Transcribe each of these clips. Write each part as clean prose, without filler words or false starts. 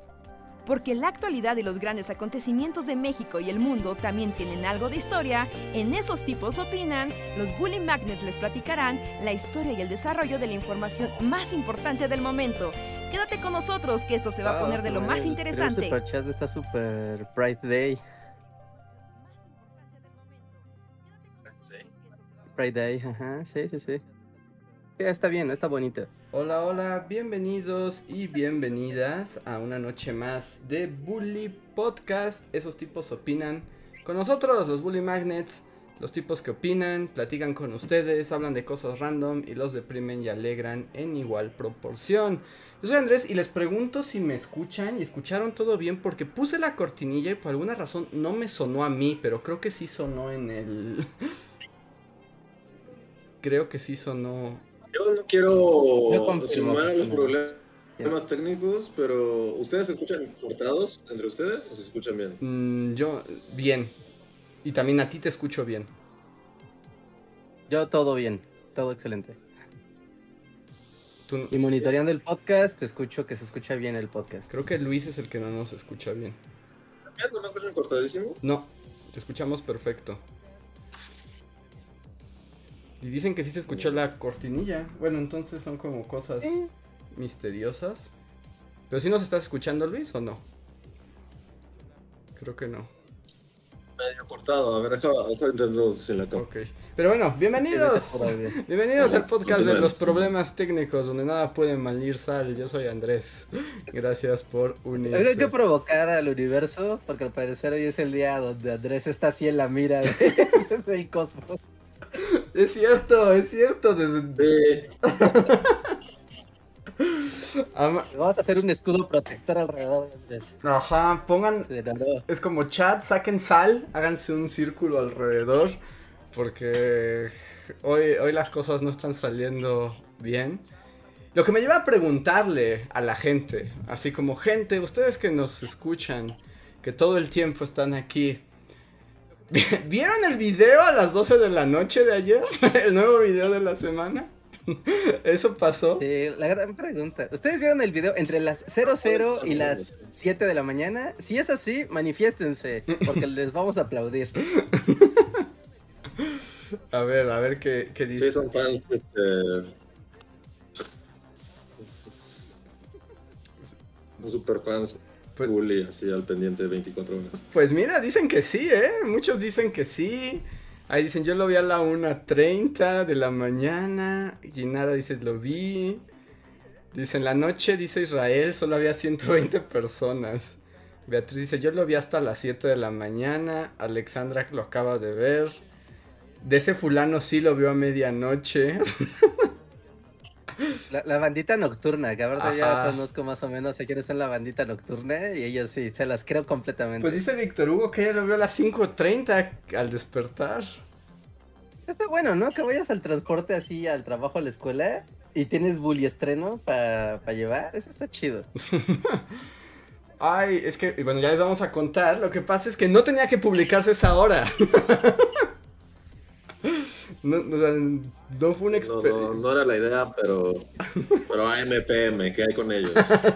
Porque la actualidad y los grandes acontecimientos de México y el mundo también tienen algo de historia, en Esos Tipos Opinan, los Bully Magnets les platicarán la historia y el desarrollo de la información más importante del momento. Quédate con nosotros que esto se va a poner de lo más interesante. El superchat está super Pride Day. Pride Day, ajá, sí. Ya está bien, está bonito. Hola, bienvenidos y bienvenidas a una noche más de Bully Podcast. Esos tipos opinan con nosotros, los Bully Magnets, los tipos que opinan, platican con ustedes, hablan de cosas random y los deprimen y alegran en igual proporción. Yo soy Andrés y les pregunto si me escuchan y escucharon todo bien porque puse la cortinilla y por alguna razón no me sonó a mí, pero creo que sí sonó en el... Creo que sí sonó... Yo no quiero sumar a los problemas técnicos, pero ¿ustedes se escuchan cortados entre ustedes o se escuchan bien? Yo, bien. Y también a ti te escucho bien. Yo todo bien, todo excelente. Tú... Y monitoreando el podcast, te escucho que se escucha bien el podcast. Creo que Luis es el que no nos escucha bien. ¿No me escuchan cortadísimo? No, te escuchamos perfecto. Y dicen que sí se escuchó la cortinilla. Bueno, entonces son como cosas misteriosas. ¿Pero sí nos estás escuchando, Luis, o no? Creo que no. Medio cortado, a ver, deja intentarlo sin la cámara. Ok. Pero bueno, bienvenidos. Bienvenidos al podcast de los problemas técnicos, donde nada puede malir sal. Yo soy Andrés. Gracias por unirse. Hay que provocar al universo, porque al parecer hoy es el día donde Andrés está así en la mira del cosmos. Es cierto. Desde... Vamos a hacer un escudo protector alrededor de Andrés. Ajá, pongan... Es como chat, saquen sal, háganse un círculo alrededor, porque hoy las cosas no están saliendo bien. Lo que me lleva a preguntarle a la gente, así como gente, ustedes que nos escuchan, que todo el tiempo están aquí, ¿vieron el video a las 12 de la noche de ayer? El nuevo video de la semana. ¿Eso pasó? Sí, la gran pregunta. ¿Ustedes vieron el video entre las 00 y las 7 de la mañana? Si es así, manifiéstense, porque les vamos a aplaudir. A ver qué dice. Sí, son fans, super fans. Pues, Bully, así al pendiente de 24 horas. Pues mira, dicen que sí, muchos dicen que sí. Ahí dicen, yo lo vi a la 1:30 de la mañana. Ginara dice, lo vi. Dicen, la noche, dice Israel, solo había 120 personas. Beatriz dice, yo lo vi hasta las 7 de la mañana. Alexandra lo acaba de ver. De ese fulano sí lo vio a medianoche. La bandita nocturna, que ahora ya conozco más o menos a quiénes son la bandita nocturna y ellos sí, se las creo completamente. Pues dice Víctor Hugo que ella lo vio a las 5:30 al despertar. Está bueno, ¿no? Que vayas al transporte así, al trabajo, a la escuela y tienes bully estreno para llevar, eso está chido. Ay, es que, bueno, ya les vamos a contar, lo que pasa es que no tenía que publicarse esa hora. No fue una experiencia. No era la idea, pero AMPM, ¿qué hay con ellos?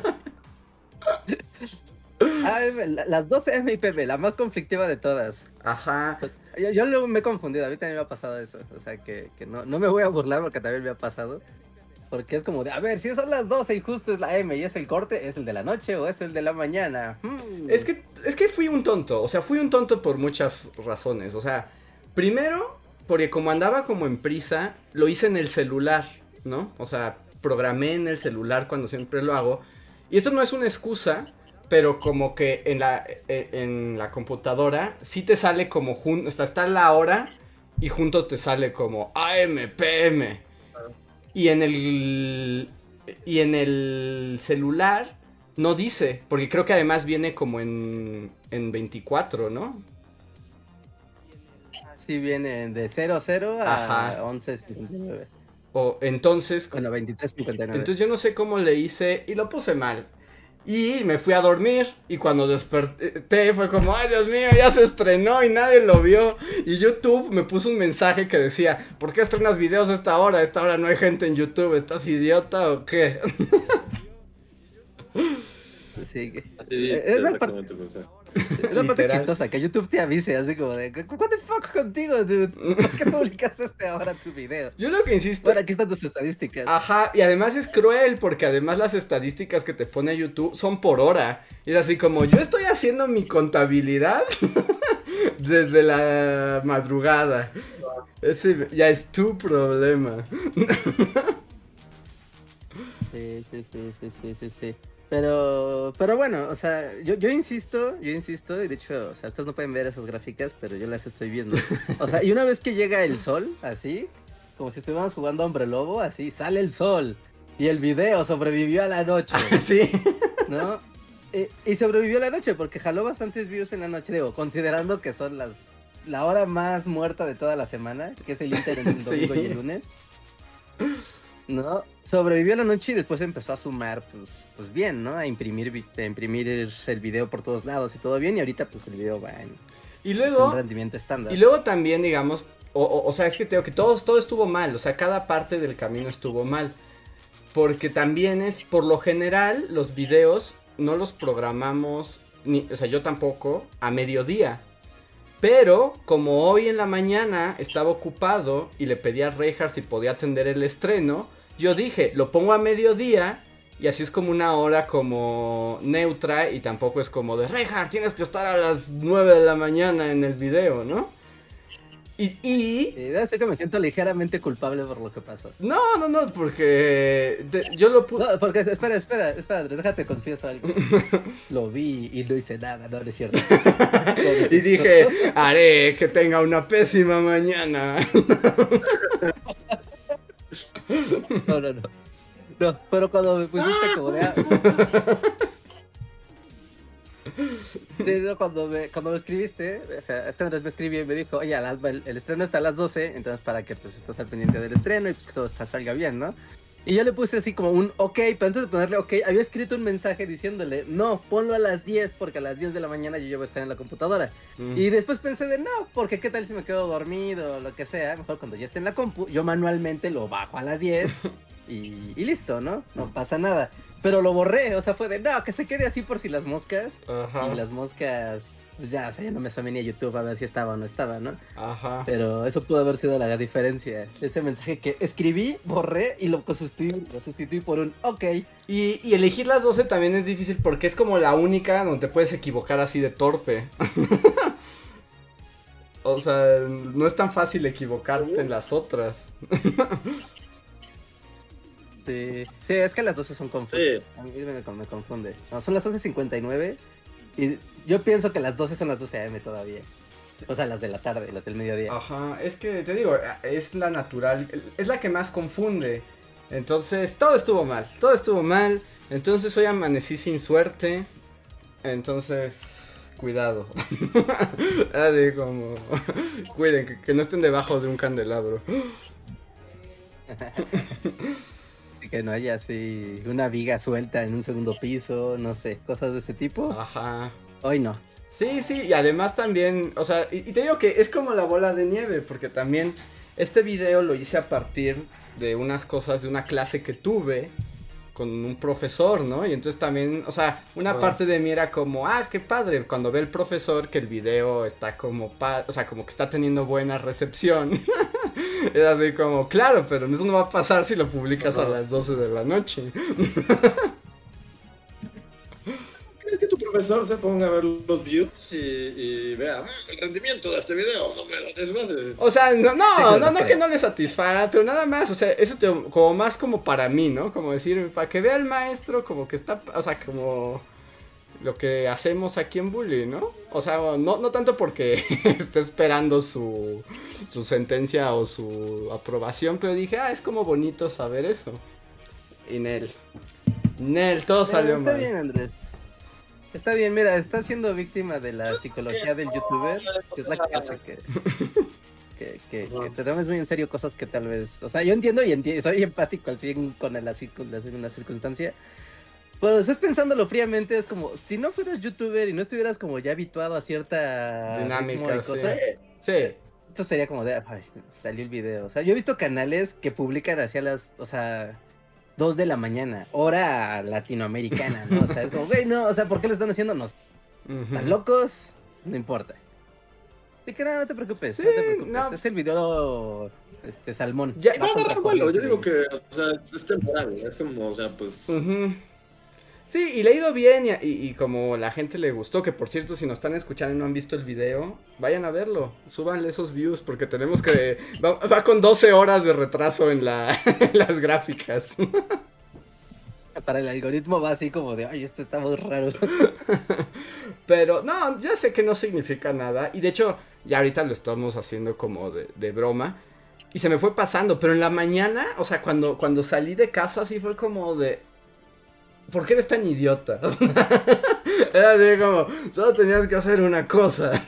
Las 12 MIPM, la más conflictiva de todas. Ajá. Pues, yo luego me he confundido, a mí también me ha pasado eso. O sea, que no me voy a burlar porque también me ha pasado. Porque es como de, a ver, si son las 12 y justo es la M y es el corte, ¿es el de la noche o es el de la mañana? Es que fui un tonto, o sea, fui un tonto por muchas razones. O sea, primero, porque como andaba como en prisa, lo hice en el celular, ¿no? O sea, programé en el celular cuando siempre lo hago. Y esto no es una excusa, pero como que en la computadora sí te sale como junto, está la hora y junto te sale como AM, PM. Y en el celular no dice, porque creo que además viene como en 24, ¿no? Sí, viene de 00 a 11:59. O entonces... Bueno, 23:59. Entonces yo no sé cómo le hice y lo puse mal. Y me fui a dormir y cuando desperté fue como, ay Dios mío, ya se estrenó y nadie lo vio. Y YouTube me puso un mensaje que decía, ¿por qué estrenas videos a esta hora? A esta hora no hay gente en YouTube, ¿estás idiota o qué? Sí, así es la exactamente el mensaje. Es la parte chistosa, que YouTube te avise, así como de, what the fuck contigo, dude, ¿por qué publicaste ahora tu video? Yo lo que insisto... Bueno, aquí están tus estadísticas. Ajá, y además es cruel, porque además las estadísticas que te pone YouTube son por hora. Y es así como, yo estoy haciendo mi contabilidad desde la madrugada. Ese ya es tu problema. Sí. Pero bueno, o sea, yo insisto, y de hecho, o sea, ustedes no pueden ver esas gráficas, pero yo las estoy viendo. O sea, y una vez que llega el sol, así, como si estuviéramos jugando a Hombre Lobo, así, sale el sol, y el video sobrevivió a la noche. Sí. ¿No? Y sobrevivió a la noche, porque jaló bastantes views en la noche, digo, considerando que son la hora más muerta de toda la semana, que es el internet el domingo y el lunes. ¿No? Sobrevivió la noche y después empezó a sumar, pues bien, ¿no? A imprimir el video por todos lados y todo bien, y ahorita pues el video va en un rendimiento estándar. Y luego también, digamos, o sea, es que tengo que todo estuvo mal, o sea, cada parte del camino estuvo mal. Porque también es, por lo general, los videos no los programamos, o sea, yo tampoco, a mediodía. Pero, como hoy en la mañana estaba ocupado y le pedí a Reinhardt si podía atender el estreno, yo dije, lo pongo a mediodía y así es como una hora como neutra y tampoco es como de Reinhardt, tienes que estar a las 9 de la mañana en el video, ¿no? Sí, debe ser que me siento ligeramente culpable por lo que pasó. No, porque yo lo puse... No, porque espera, Andrés, déjate confieso algo. Lo vi y no hice nada, no es cierto. Y dije, haré que tenga una pésima mañana. No, pero cuando me pusiste como de... Sí, no, cuando me escribiste, o sea, es que Andrés me escribió y me dijo, oye, el estreno está a las 12, entonces para que pues estás al pendiente del estreno y pues que todo salga bien, ¿no? Y yo le puse así como un ok, pero antes de ponerle ok, había escrito un mensaje diciéndole, no, ponlo a las 10 porque a las 10 de la mañana yo ya voy a estar en la computadora. Y después pensé de no, porque qué tal si me quedo dormido o lo que sea, mejor cuando ya esté en la compu, yo manualmente lo bajo a las 10 y listo, ¿no? No pasa nada. Pero lo borré, o sea, fue de, no, que se quede así por si las moscas. Ajá. Y las moscas, pues ya, o sea, ya no me asomé ni a YouTube a ver si estaba o no estaba, ¿no? Ajá. Pero eso pudo haber sido la diferencia. Ese mensaje que escribí, borré y lo sustituí por un ok. Y elegir las 12 también es difícil porque es como la única donde te puedes equivocar así de torpe. O sea, no es tan fácil equivocarte en las otras. Sí, es que las 12 son confusas. Sí. A mí me confunde. No, son las 11:59 y yo pienso que las 12 son las 12 AM todavía. O sea, las de la tarde, las del mediodía. Ajá, es que te digo, es la natural, es la que más confunde. Entonces, todo estuvo mal. Entonces, hoy amanecí sin suerte. Entonces, cuidado. Así como, cuiden, que no estén debajo de un candelabro. Que no haya así una viga suelta en un segundo piso, no sé, cosas de ese tipo. Ajá. Hoy no. Sí, y además también, o sea, y te digo que es como la bola de nieve, porque también este video lo hice a partir de unas cosas de una clase que tuve con un profesor, ¿no? Y entonces también, o sea, una parte de mí era como, qué padre, cuando ve el profesor que el video está como, o sea, como que está teniendo buena recepción. Es así como, claro, pero eso no va a pasar si lo publicas a las 12 de la noche. ¿Crees que tu profesor se ponga a ver los views y vea el rendimiento de este video? No me lo satisface. O sea, no que no le satisfaga, pero nada más, o sea, eso como más como para mí, ¿no? Como decir, para que vea el maestro como que está, o sea, como lo que hacemos aquí en Bully, ¿no? O sea, no tanto porque esté esperando su sentencia o su aprobación, pero dije, es como bonito saber eso. Y Nel, todo salió mal. Está bien, Andrés. Está bien, mira, está siendo víctima de la psicología del youtuber, que es la que hace que te tomes muy en serio cosas que tal vez... O sea, yo entiendo y soy empático al 100 con la circunstancia. Pero después pensándolo fríamente es como, si no fueras youtuber y no estuvieras como ya habituado a cierta dinámica de cosas, sí. Esto sería como de, salió el video. O sea, yo he visto canales que publican hacia las, o sea, 2 de la mañana, hora latinoamericana, ¿no? O sea, es como, güey, no, o sea, ¿por qué lo están haciendo? No sé. ¿Están locos? No importa. Así que no te preocupes, sí, no te preocupes. No. Es el video salmón. Ya, va a agarrar vuelo, yo digo que, o sea, es temporal, es como, o sea, pues... Sí, y le ha ido bien y como la gente le gustó, que por cierto, si nos están escuchando y no han visto el video, vayan a verlo, súbanle esos views, porque tenemos que... Va con 12 horas de retraso en las gráficas. Para el algoritmo va así como de, ay, esto está muy raro. Pero, no, ya sé que no significa nada, y de hecho, ya ahorita lo estamos haciendo como de broma, y se me fue pasando, pero en la mañana, o sea, cuando salí de casa, sí fue como de... ¿Por qué eres tan idiota? Era así como, solo tenías que hacer una cosa.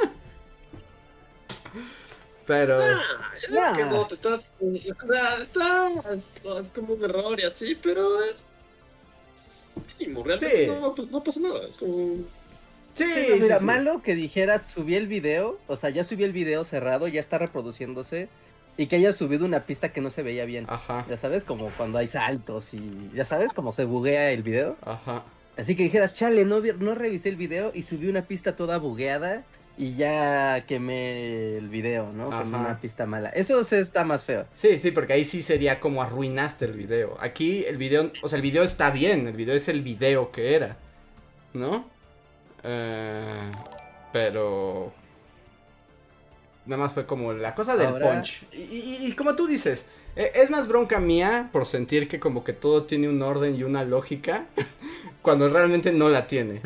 Pero... Es que no, te estás... O sea, es como un error y así, pero es... mínimo, realmente sí. no pasa nada, es como... Sí, mira, malo que dijeras, subí el video, o sea, ya subí el video cerrado, ya está reproduciéndose, y que hayas subido una pista que no se veía bien. Ajá. Ya sabes, como cuando hay saltos y ya sabes, como se buguea el video. Ajá. Así que dijeras, chale, no revisé el video y subí una pista toda bugueada y ya quemé el video, ¿no? Con una pista mala. Eso sí está más feo. Sí, porque ahí sí sería como arruinaste el video. Aquí el video, o sea, el video está bien, el video es el video que era, ¿no? Pero... Nada más fue como la cosa del punch. Y como tú dices, es más bronca mía por sentir que como que todo tiene un orden y una lógica, cuando realmente no la tiene.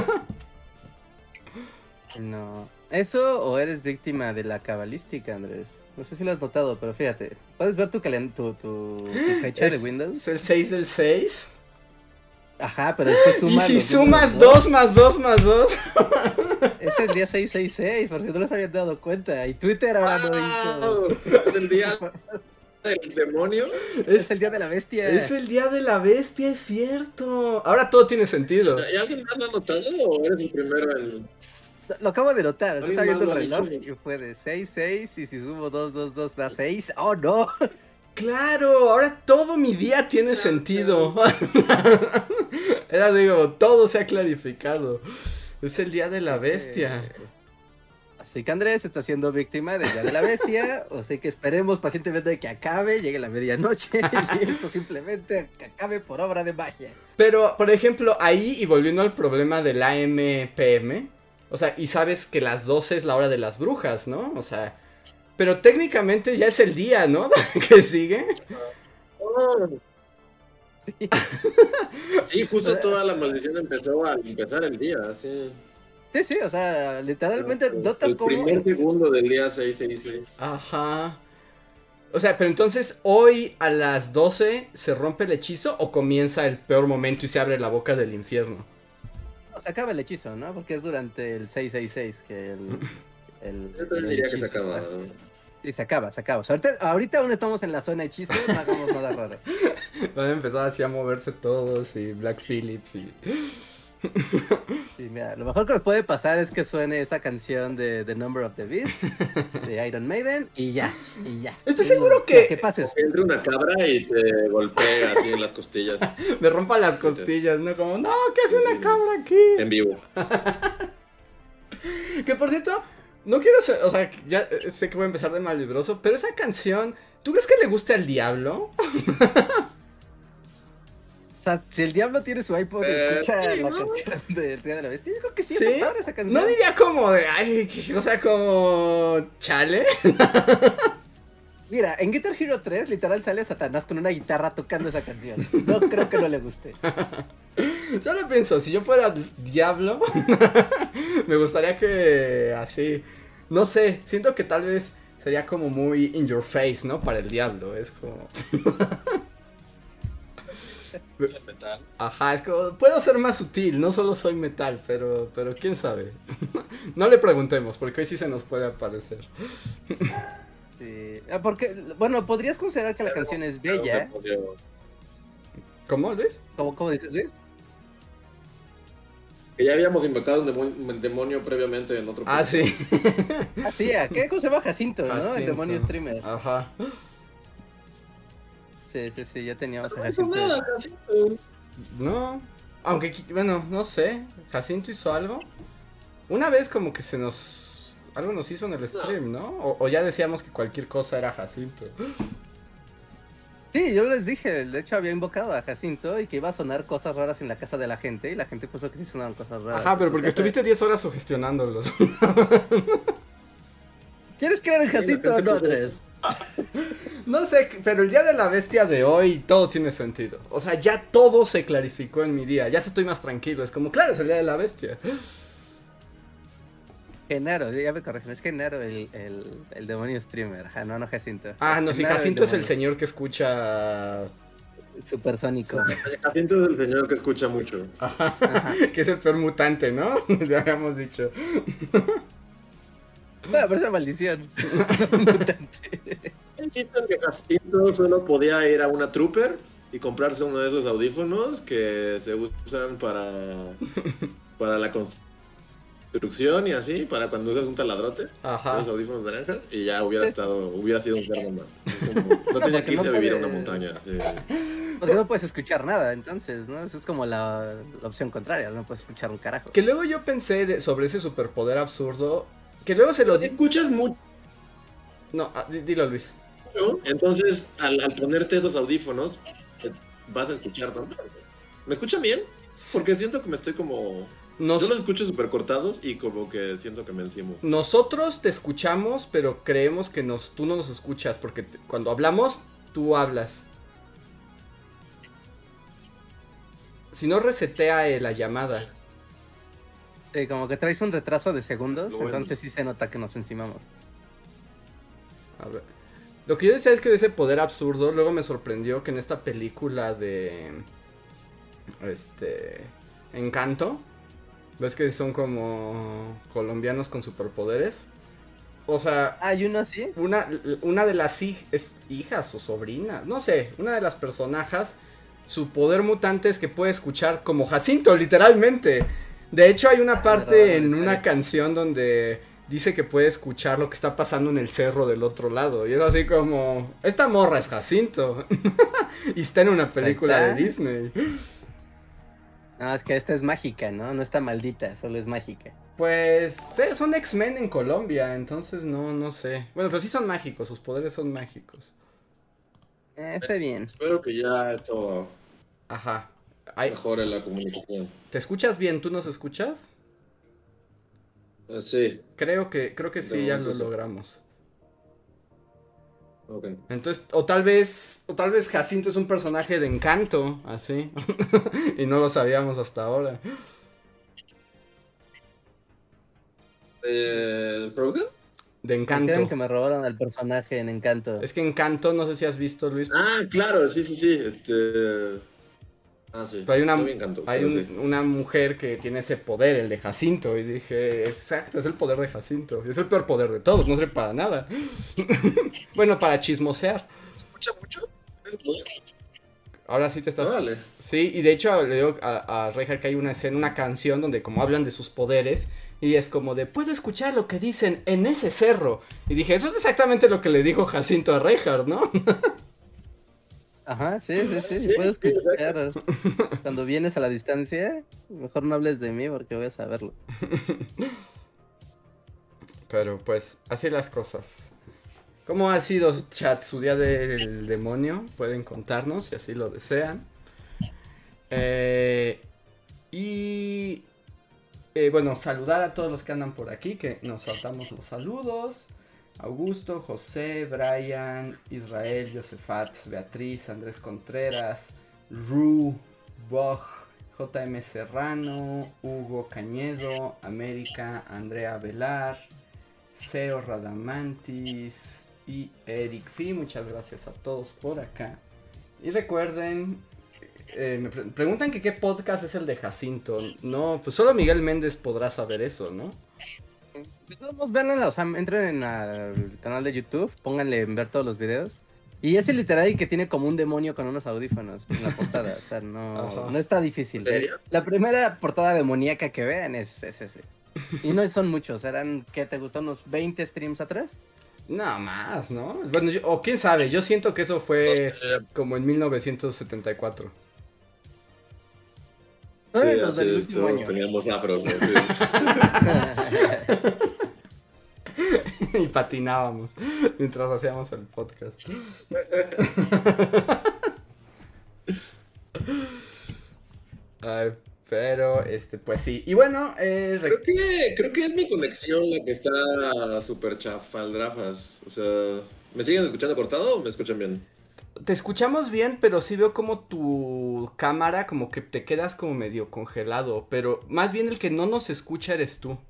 No. ¿Eso o eres víctima de la cabalística, Andrés? No sé si lo has notado, pero fíjate. ¿Puedes ver tu fecha de Windows? ¿Es el 6 del 6? Ajá, pero después sumas. ¿Y si sumas 2 más 2 más 2? Es el día 666, por si no les habían dado cuenta. Y Twitter ahora no hizo. ¿Es el día del demonio? Es el día de la bestia. Es el día de la bestia, es cierto. Ahora todo tiene sentido. ¿Y alguien más lo ha notado o eres el primero en...? Lo acabo de notar, o sea, está viendo el reloj y fue de 6, y si sumo 2 da 6. ¡Oh, no! Claro, ahora todo mi día tiene sentido. Era, digo, todo se ha clarificado. Es el día de la bestia. Así que Andrés está siendo víctima del día de la bestia. O sea que esperemos pacientemente que acabe, llegue la medianoche y esto simplemente acabe por obra de magia. Pero, por ejemplo, ahí, y volviendo al problema del AM/PM, o sea, y sabes que las 12 es la hora de las brujas, ¿no? O sea, pero técnicamente ya es el día, ¿no? ¿Qué sigue? Sí. Sí, justo toda la maldición empezó al empezar el día, sí. Sí, o sea, literalmente notas como... El primer segundo del día 666. Ajá. O sea, pero entonces, ¿hoy a las 12 se rompe el hechizo o comienza el peor momento y se abre la boca del infierno? Se acaba el hechizo, ¿no? Porque es durante el 666 que Yo también diría que se acaba. Y se acaba. O sea, ahorita aún estamos en la zona hechizo, no hagamos nada raro. Van a empezar así a moverse todos y Black Phillips y... Sí, mira, lo mejor que nos puede pasar es que suene esa canción de The Number of the Beast de Iron Maiden y ya. Estoy seguro que... ¿Qué pases? Entre una cabra y te golpea así en las costillas. Me rompa las costillas, ¿no? Como, no, ¿qué hace una cabra aquí? En vivo. Que por cierto, no quiero ser, o sea, ya sé que voy a empezar de malvibroso, pero esa canción, ¿tú crees que le guste al diablo? O sea, si el diablo tiene su iPod y escucha la canción del Día de la Bestia, yo creo que sí, está padre esa canción. No diría como de, ay, o sea, como chale. Mira, en Guitar Hero 3 literal sale Satanás con una guitarra tocando esa canción. No creo que no le guste. Solo pienso, si yo fuera diablo, me gustaría que así, no sé, siento que tal vez sería como muy in your face, ¿no? Para el diablo, es como... ¿Es metal? Ajá, es como, puedo ser más sutil, no solo soy metal, pero quién sabe. No le preguntemos, porque hoy sí se nos puede aparecer. Sí, porque, bueno, podrías considerar que la canción es bella. ¿Cómo, Luis? ¿Cómo dices, Luis? Que ya habíamos invocado un demonio previamente en otro programa. Sí. ¿Qué cosa se llama Jacinto, no? El demonio streamer. Ajá. Sí, ya teníamos a Jacinto. No nada, Jacinto. No, aunque, bueno, no sé, Jacinto hizo algo. Una vez como que algo nos hizo en el stream, ¿no? O ya decíamos que cualquier cosa era Jacinto. Sí, yo les dije, de hecho había invocado a Jacinto y que iba a sonar cosas raras en la casa de la gente y la gente puso que sí sonaban cosas raras. Ajá, pero porque estuviste 10 horas sugestionándolos. ¿Quieres creer en Jacinto o no, Andrés? No sé, pero el día de la bestia de hoy todo tiene sentido. O sea, ya todo se clarificó en mi día. Ya estoy más tranquilo. Es como, claro, es el día de la bestia. Genaro, ya me corrigen, es Genaro el demonio streamer. Ajá, no Jacinto. Ah, no, sí, Jacinto es el señor que escucha supersónico. Jacinto es el señor que escucha mucho. Ajá. Que es el peor mutante, ¿no? Ya habíamos dicho. Bueno, pero es una maldición. Mutante. El chiste es que Jacinto solo podía ir a una trooper y comprarse uno de esos audífonos que se usan para la construcción y así, para cuando usas un taladrote. Ajá. Los audífonos naranjas y ya hubiera sido un cerdo más. No tenía que irse a vivir a una montaña. Sí. Porque no puedes escuchar nada, entonces, ¿no? Eso es como la opción contraria, no puedes escuchar un carajo. Que luego yo pensé sobre ese superpoder absurdo, que luego se lo escuchas mucho. No, dilo, Luis. Entonces, al ponerte esos audífonos, vas a escuchar también. ¿Me escuchan bien? Porque siento que me estoy como... Yo los escucho súper cortados y como que siento que me encimo. Nosotros te escuchamos, pero creemos que tú no nos escuchas, porque cuando hablamos, tú hablas. Si no, resetea la llamada. Sí, como que traes un retraso de segundos, entonces sí se nota que nos encimamos. A ver. Lo que yo decía es que de ese poder absurdo, luego me sorprendió que en esta película de... Encanto, ves que son como colombianos con superpoderes. O sea... ¿Hay uno así? Una de las hijas o sobrinas, no sé, una de las personajes, su poder mutante es que puede escuchar como Jacinto, literalmente. De hecho hay una parte en una canción donde dice que puede escuchar lo que está pasando en el cerro del otro lado. Y es así como, esta morra es Jacinto. Y está en una película de Disney. No, es que esta es mágica, ¿no? No está maldita, solo es mágica. Pues son X-Men en Colombia, entonces no sé. Bueno, pero sí son mágicos, sus poderes son mágicos. Está bien. Espero que ya esto mejore la comunicación. ¿Te escuchas bien? ¿Tú nos escuchas? Sí. Creo que sí, ya lo logramos. Okay. Entonces, o tal vez Jacinto es un personaje de Encanto, así. Y no lo sabíamos hasta ahora. ¿Pero qué? De Encanto. Creo que me robaron al personaje en Encanto. Es que Encanto, no sé si has visto, Luis. Ah, claro, sí. Sí. Pero hay una mujer que tiene ese poder, el de Jacinto. Y dije, exacto, es el poder de Jacinto. Es el peor poder de todos, no sirve para nada. Bueno, para chismosear. ¿Se escucha mucho? ¿Es poder? Ahora sí te estás... Vale. Sí, y de hecho le digo a Reinhardt que hay una escena, una canción donde como hablan de sus poderes. Y es como de, puedo escuchar lo que dicen en ese cerro. Y dije, eso es exactamente lo que le dijo Jacinto a Reinhardt, ¿no? Ajá, sí, puedo escuchar. Cuando vienes a la distancia, mejor no hables de mí porque voy a saberlo. Pero pues, así las cosas. ¿Cómo ha sido, chat, su día del demonio? Pueden contarnos si así lo desean. Bueno, saludar a todos los que andan por aquí, que nos saltamos los saludos. Augusto, José, Brian, Israel, Josefat, Beatriz, Andrés Contreras, Ru, Boj, JM Serrano, Hugo Cañedo, América, Andrea Velar, Seo Radamantis y Eric Fi. Muchas gracias a todos por acá. Y recuerden, me preguntan que qué podcast es el de Jacinto. No, pues solo Miguel Méndez podrá saber eso, ¿no? Vamos, véanlo, o sea, entren al canal de YouTube, pónganle en ver todos los videos. Y es el literal que tiene como un demonio con unos audífonos en la portada, o sea, no está difícil. ¿En serio? La primera portada demoníaca que vean es ese. Y no son muchos, eran, ¿qué te gustó? ¿Unos 20 streams atrás? No, más, ¿no? Bueno, o quién sabe, yo siento que eso fue como en 1974. No, Sí, los del último todos año. teníamos afros, ¿no? Y patinábamos mientras hacíamos el podcast. Ay, pero, pues sí. Y bueno, Creo que es mi conexión la que está súper chafaldrafas. O sea, ¿me siguen escuchando cortado o me escuchan bien? te escuchamos bien, pero sí veo como tu cámara como que te quedas como medio congelado. Pero más bien el que no nos escucha eres tú.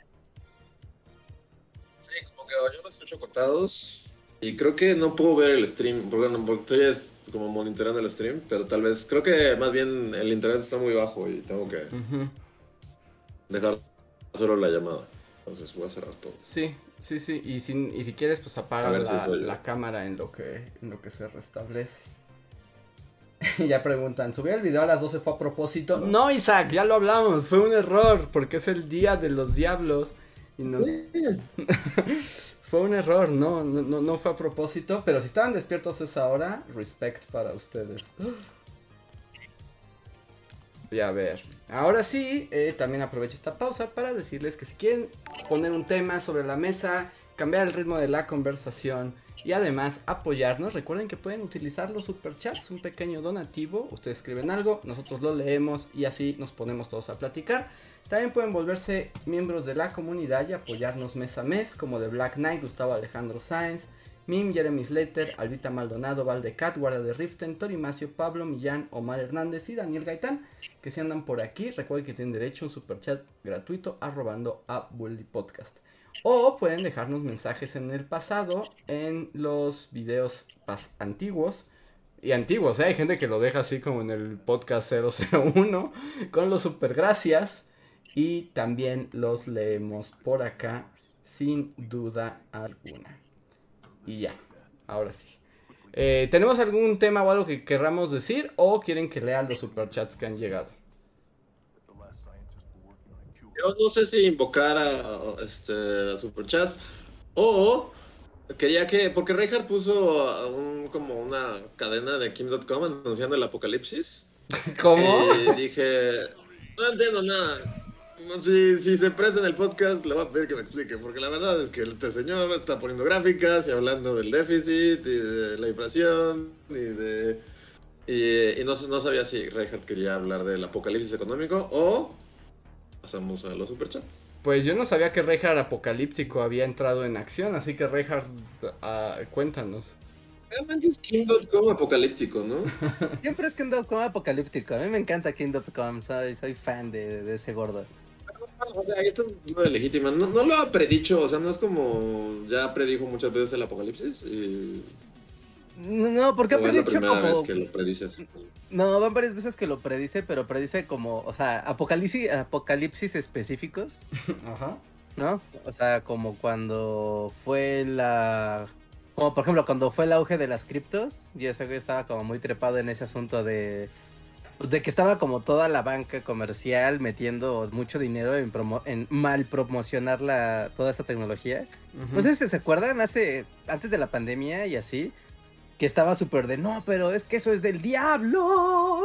Sí, como que yo los escucho cortados. Y creo que no puedo ver el stream, porque estoy como monitoreando el stream, pero tal vez, creo que más bien el internet está muy bajo y tengo que dejar solo la llamada. Entonces voy a cerrar todo. Sí. Y si quieres, pues apaga la yo. cámara en lo que se restablece. Ya preguntan, ¿subir el video a las 12 fue a propósito? No, Isaac, ya lo hablamos, fue un error, porque es el día de los diablos. Y fue un error, no fue a propósito, pero si estaban despiertos a esa hora, respect para ustedes. Y a ver, ahora sí, también aprovecho esta pausa para decirles que si quieren poner un tema sobre la mesa, cambiar el ritmo de la conversación y además apoyarnos, recuerden que pueden utilizar los superchats, un pequeño donativo, ustedes escriben algo, nosotros lo leemos y así nos ponemos todos a platicar. También pueden volverse miembros de la comunidad y apoyarnos mes a mes, como de Black Knight, Gustavo Alejandro Sáenz, Mim, Jeremy Slater, Albita Maldonado, Valdecat, Guarda de Riften, Torimacio, Pablo Millán, Omar Hernández y Daniel Gaitán, que si andan por aquí, recuerden que tienen derecho a un superchat gratuito arrobando a Bully Podcast. O pueden dejarnos mensajes en el pasado, en los videos antiguos. Y antiguos, hay gente que lo deja así como en el podcast 001, con los super gracias. Y también los leemos por acá sin duda alguna. Y ya, ahora sí. ¿Tenemos algún tema o algo que querramos decir? ¿O quieren que lea los superchats que han llegado? Yo no sé si invocar a superchats o quería que, porque Reinhardt puso como una cadena de Kim.com anunciando el apocalipsis. ¿Cómo? Y dije, no entiendo nada. Si se presta en el podcast, le voy a pedir que me explique, porque la verdad es que este señor está poniendo gráficas y hablando del déficit y de la inflación y no sabía si Reinhardt quería hablar del apocalipsis económico o pasamos a los superchats. Pues yo no sabía que Reinhardt apocalíptico había entrado en acción, así que Reinhardt, cuéntanos. Realmente es King.com apocalíptico, ¿no? Siempre es King.com apocalíptico. A mí me encanta King.com, soy fan de ese gordo. O sea, esto es muy legítima. No lo ha predicho, o sea, no es como ya predijo muchas veces el apocalipsis. No, porque ha es la predicho primera como... vez que lo predice así. No, van varias veces que lo predice, pero predice como, o sea, apocalipsis específicos. Ajá. ¿No? O sea, como cuando fue como por ejemplo, cuando fue el auge de las criptos, yo sé que estaba como muy trepado en ese asunto de que estaba como toda la banca comercial metiendo mucho dinero en mal promocionar toda esa tecnología. No sé si se acuerdan, antes de la pandemia y así, que estaba súper de, no, pero es que eso es del diablo.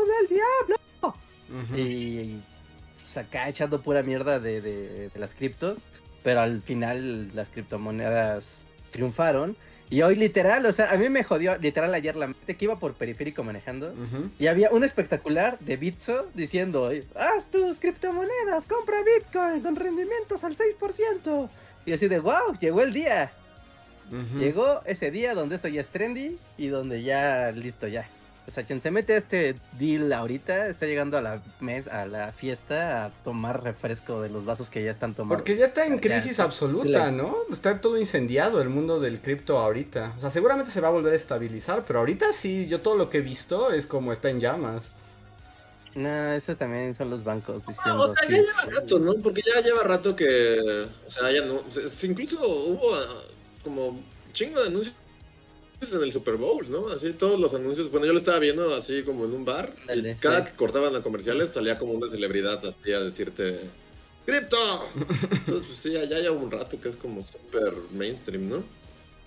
Y pues, acá echando pura mierda de las criptos, pero al final las criptomonedas triunfaron. Y hoy literal, o sea, a mí me jodió literal ayer la mente que iba por periférico manejando y había un espectacular de Bitso diciendo, haz tus criptomonedas, compra Bitcoin con rendimientos al 6%. Y así de, wow, llegó el día. Llegó ese día donde esto ya es trendy y donde ya, listo, ya. O sea, quien se mete a este deal ahorita está llegando a la fiesta a tomar refresco de los vasos que ya están tomando. Porque ya está en crisis absoluta, ¿no? Está todo incendiado el mundo del cripto ahorita. O sea, seguramente se va a volver a estabilizar, pero ahorita sí, yo todo lo que he visto es como está en llamas. No, eso también son los bancos diciendo. O sea, ya lleva rato, ¿no? Porque ya lleva rato que, o sea, ya no, incluso hubo como chingo de anuncios en el Super Bowl, ¿no? Así todos los anuncios, bueno, yo lo estaba viendo así como en un bar, y cada que cortaban a comerciales salía como una celebridad así a decirte ¡Cripto! Entonces, pues sí, ya lleva un rato que es como súper mainstream, ¿no?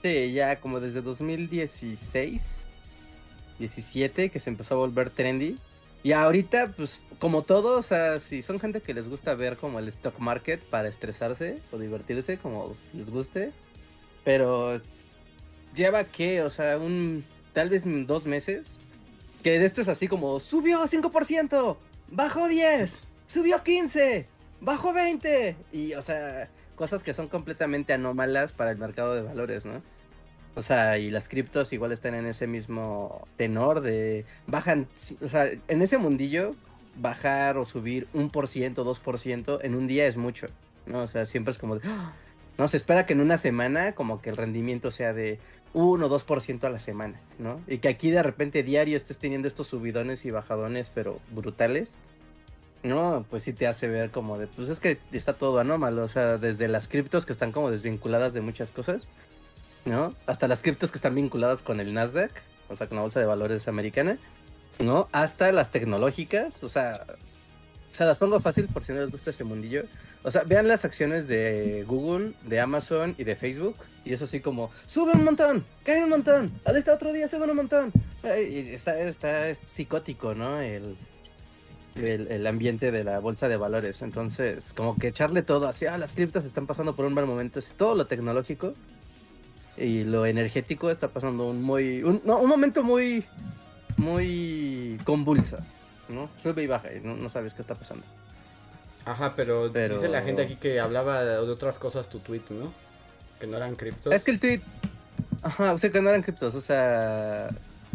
Sí, ya como desde 2016, 17 que se empezó a volver trendy. Y ahorita, pues, como todo, o sea, si son gente que les gusta ver como el stock market para estresarse o divertirse, como les guste. Pero lleva que, o sea, tal vez 2 meses, que de esto es así como, subió 5%, bajó 10, subió 15, bajó 20. Y, o sea, cosas que son completamente anómalas para el mercado de valores, ¿no? O sea, y las criptos igual están en ese mismo tenor de bajan, o sea, en ese mundillo, bajar o subir 1%, 2% en un día es mucho, ¿no? O sea, siempre es como de, ¡ah! No, se espera que en una semana como que el rendimiento sea de 1 o 2% a la semana, ¿no? Y que aquí de repente diario estés teniendo estos subidones y bajadones, pero brutales, ¿no? Pues sí te hace ver como de, pues es que está todo anómalo, o sea, desde las criptos que están como desvinculadas de muchas cosas, ¿no? Hasta las criptos que están vinculadas con el Nasdaq, o sea, con la bolsa de valores americana, ¿no? Hasta las tecnológicas, o sea, las pongo fácil por si no les gusta ese mundillo. O sea, vean las acciones de Google, de Amazon y de Facebook, y eso así como, sube un montón, cae un montón, al este otro día sube un montón. Y está psicótico, ¿no? El ambiente de la bolsa de valores. Entonces, como que echarle todo así, las criptos están pasando por un mal momento, todo lo tecnológico y lo energético está pasando un momento muy convulso, ¿no? Sube y baja y no sabes qué está pasando. Ajá, pero dice la gente aquí que hablaba de otras cosas tu tweet, ¿no? Que no eran criptos. Es que el tweet, o sea, que no eran criptos, o sea,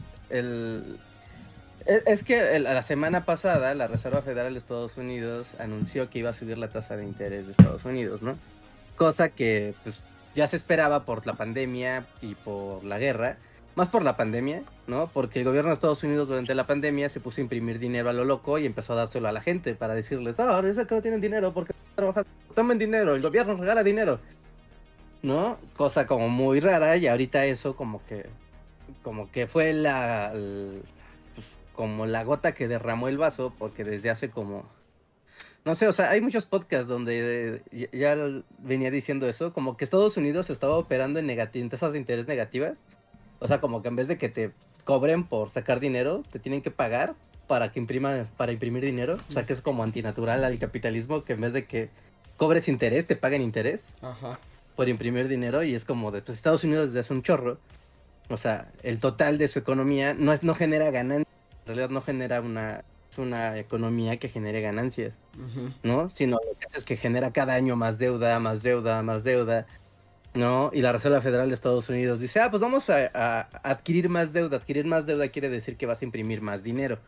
es que la semana pasada la Reserva Federal de Estados Unidos anunció que iba a subir la tasa de interés de Estados Unidos, ¿no? Cosa que, pues, ya se esperaba por la pandemia y por la guerra, más por la pandemia, ¿no? Porque el gobierno de Estados Unidos durante la pandemia se puso a imprimir dinero a lo loco y empezó a dárselo a la gente para decirles, ahora es que no tienen dinero porque tomen dinero, el gobierno regala dinero, ¿no? Cosa como muy rara y ahorita eso como que fue pues, como la gota que derramó el vaso, porque desde hace como... No sé, o sea, hay muchos podcasts donde ya venía diciendo eso, como que Estados Unidos estaba operando en tasas de interés negativas. O sea, como que en vez de que te cobren por sacar dinero, te tienen que pagar para imprimir dinero. O sea, que es como antinatural al capitalismo, que en vez de que cobres interés, te paguen interés. Ajá. Por imprimir dinero. Y es como de, pues Estados Unidos desde hace un chorro. O sea, el total de su economía no genera ganancias. En realidad no genera una economía que genere ganancias, ¿no? Sino lo que hace es que genera cada año más deuda, más deuda, más deuda, ¿no? Y la Reserva Federal de Estados Unidos dice, pues vamos a adquirir más deuda. Adquirir más deuda quiere decir que vas a imprimir más dinero,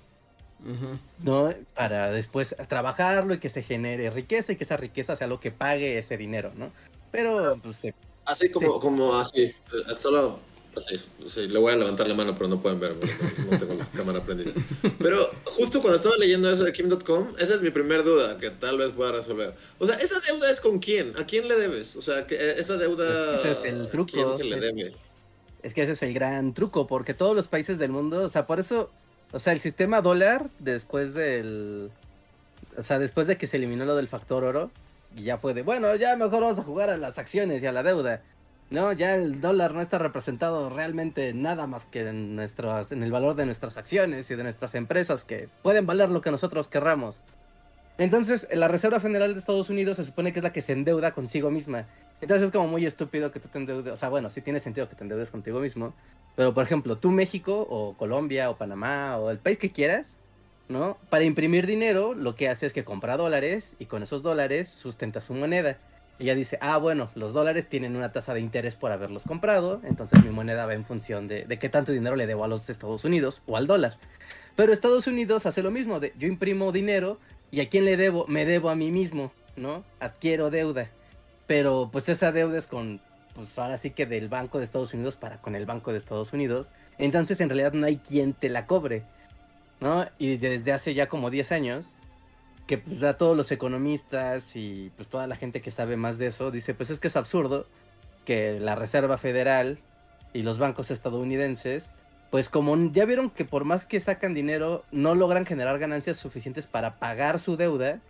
¿no? Para después trabajarlo y que se genere riqueza y que esa riqueza sea lo que pague ese dinero, ¿no? Pero, pues... así como así, solo... Sí, le voy a levantar la mano, pero no pueden ver, no tengo la cámara prendida. Pero justo cuando estaba leyendo eso de Kim.com, esa es mi primera duda que tal vez pueda resolver. O sea, ¿esa deuda es con quién? ¿A quién le debes? O sea, que esa deuda... Ese es el truco. ¿A quién se le debe? Es que ese es el gran truco, porque todos los países del mundo, o sea, por eso, o sea, el sistema dólar, después de que se eliminó lo del factor oro, y ya fue de, bueno, ya mejor vamos a jugar a las acciones y a la deuda. No, ya el dólar no está representado realmente nada más que en el valor de nuestras acciones y de nuestras empresas, que pueden valer lo que nosotros querramos. Entonces, la Reserva Federal de Estados Unidos se supone que es la que se endeuda consigo misma. Entonces es como muy estúpido que tú te endeudes. O sea, bueno, sí tiene sentido que te endeudes contigo mismo. Pero, por ejemplo, tú México, o Colombia, o Panamá, o el país que quieras, ¿no? Para imprimir dinero, lo que hace es que compra dólares y con esos dólares sustenta su moneda. Ella dice, bueno, los dólares tienen una tasa de interés por haberlos comprado, entonces mi moneda va en función de qué tanto dinero le debo a los Estados Unidos o al dólar. Pero Estados Unidos hace lo mismo, yo imprimo dinero y ¿a quién le debo? Me debo a mí mismo, ¿no? Adquiero deuda. Pero pues esa deuda es pues ahora sí que del Banco de Estados Unidos para con el Banco de Estados Unidos. Entonces en realidad no hay quien te la cobre, ¿no? Y desde hace ya como 10 años... que pues a todos los economistas y pues toda la gente que sabe más de eso dice, pues es que es absurdo que la Reserva Federal y los bancos estadounidenses, pues como ya vieron que por más que sacan dinero, no logran generar ganancias suficientes para pagar su deuda,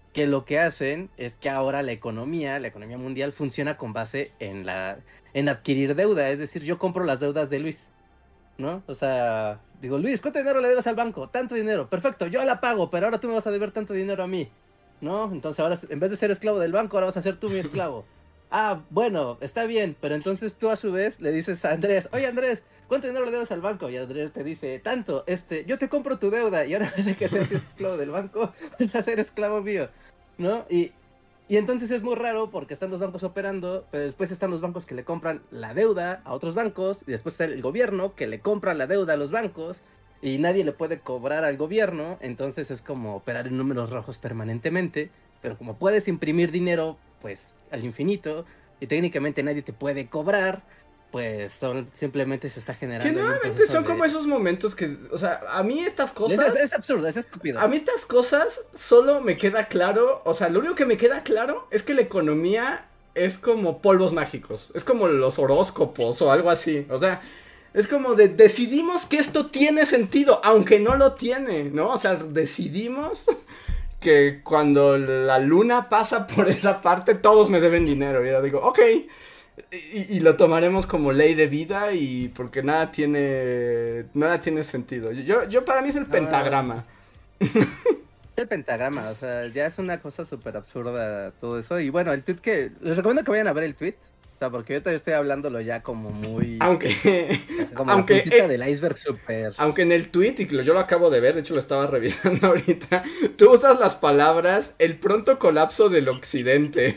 que lo que hacen es que ahora la economía mundial funciona con base en adquirir deuda. Es decir, yo compro las deudas de Luis, ¿no? O sea, digo, Luis, ¿cuánto dinero le debes al banco? Tanto dinero, perfecto, yo la pago, pero ahora tú me vas a deber tanto dinero a mí, ¿no? Entonces ahora, en vez de ser esclavo del banco, ahora vas a ser tú mi esclavo. Ah, bueno, está bien, pero entonces tú a su vez le dices a Andrés, oye Andrés, ¿cuánto dinero le debes al banco? Y Andrés te dice, tanto, yo te compro tu deuda, y ahora en vez de que seas esclavo del banco, vas a ser esclavo mío, ¿no? Y entonces es muy raro porque están los bancos operando, pero después están los bancos que le compran la deuda a otros bancos, y después está el gobierno que le compra la deuda a los bancos, y nadie le puede cobrar al gobierno, entonces es como operar en números rojos permanentemente, pero como puedes imprimir dinero, pues, al infinito, y técnicamente nadie te puede cobrar, pues simplemente se está generando. Que nuevamente son como esos momentos que, o sea, a mí estas cosas... Es absurdo, es estúpido. A mí estas cosas solo me queda claro, o sea, lo único que me queda claro es que la economía es como polvos mágicos, es como los horóscopos o algo así, o sea, es como decidimos que esto tiene sentido, aunque no lo tiene, ¿no? O sea, decidimos que cuando la luna pasa por esa parte todos me deben dinero, y yo digo, ok, y lo tomaremos como ley de vida y porque nada tiene sentido. Yo para mí es el pentagrama. El pentagrama, o sea, ya es una cosa súper absurda todo eso. Y bueno, el tweet que... Les recomiendo que vayan a ver el tweet. O sea, porque yo todavía estoy hablándolo ya como muy... Como la puntita del iceberg súper... Aunque en el tweet, y yo lo acabo de ver, de hecho lo estaba revisando ahorita, tú usas las palabras, el pronto colapso del occidente.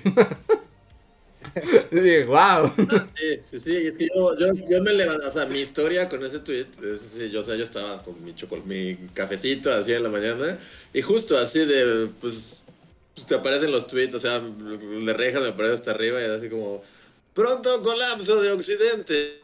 Sí, wow. Sí, es que yo me levanté, o sea, mi historia con ese tweet, yo estaba con mi cafecito así en la mañana, y justo así de, pues te aparecen los tweets, o sea, el de Reja me aparece hasta arriba y así como, pronto colapso de Occidente.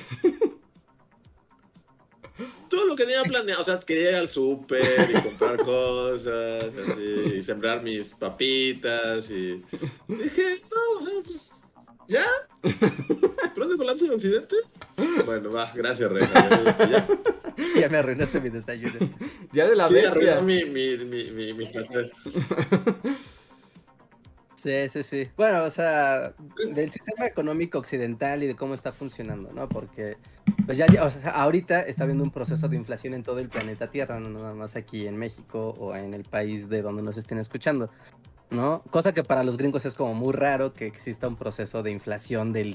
Todo lo que tenía planeado, o sea, quería ir al súper y comprar cosas, así, y sembrar mis papitas, y dije, no, o sea, pues, ¿ya? ¿Pronto colapso de Occidente? Bueno, va, gracias, Reja. Ya me arruinaste mi desayuno. Ya de la bestia. Arruinó mi café. Sí. Bueno, o sea, del sistema económico occidental y de cómo está funcionando, ¿no? Porque, pues ya, o sea, ahorita está habiendo un proceso de inflación en todo el planeta Tierra, no nada más aquí en México o en el país de donde nos estén escuchando, ¿no? Cosa que para los gringos es como muy raro que exista un proceso de inflación del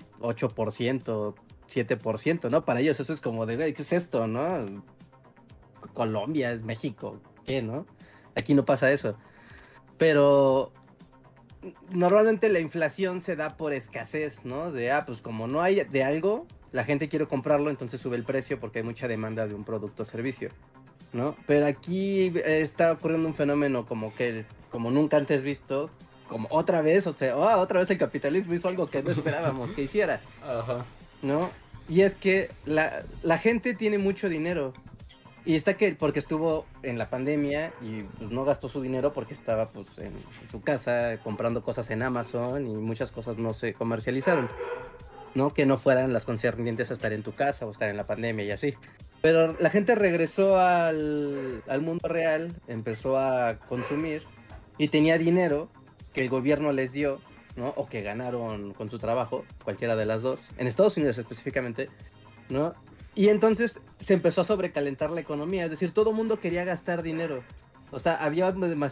8%, 7%, ¿no? Para ellos eso es como de, ¿qué es esto, no? Colombia, es México, ¿qué, no? Aquí no pasa eso. Pero... normalmente la inflación se da por escasez, ¿no? Pues como no hay de algo, la gente quiere comprarlo, entonces sube el precio porque hay mucha demanda de un producto o servicio, ¿no? Pero aquí está ocurriendo un fenómeno como nunca antes visto, como otra vez, o sea, otra vez el capitalismo hizo algo que no esperábamos que hiciera, Ajá. ¿no? Y es que la gente tiene mucho dinero. Y está porque estuvo en la pandemia y pues, no gastó su dinero porque estaba pues en su casa comprando cosas en Amazon y muchas cosas no se comercializaron, ¿no? Que no fueran las concernientes a estar en tu casa o estar en la pandemia y así. Pero la gente regresó al mundo real, empezó a consumir y tenía dinero que el gobierno les dio, ¿no? O que ganaron con su trabajo, cualquiera de las dos, en Estados Unidos específicamente, ¿no? Y entonces se empezó a sobrecalentar la economía, es decir, todo el mundo quería gastar dinero. O sea, había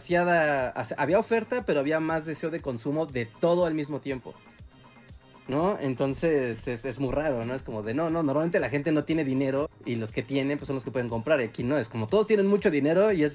había oferta, pero había más deseo de consumo de todo al mismo tiempo, ¿no? Entonces es muy raro, ¿no? Es como de, no, normalmente la gente no tiene dinero y los que tienen pues son los que pueden comprar. Y aquí no, es como todos tienen mucho dinero y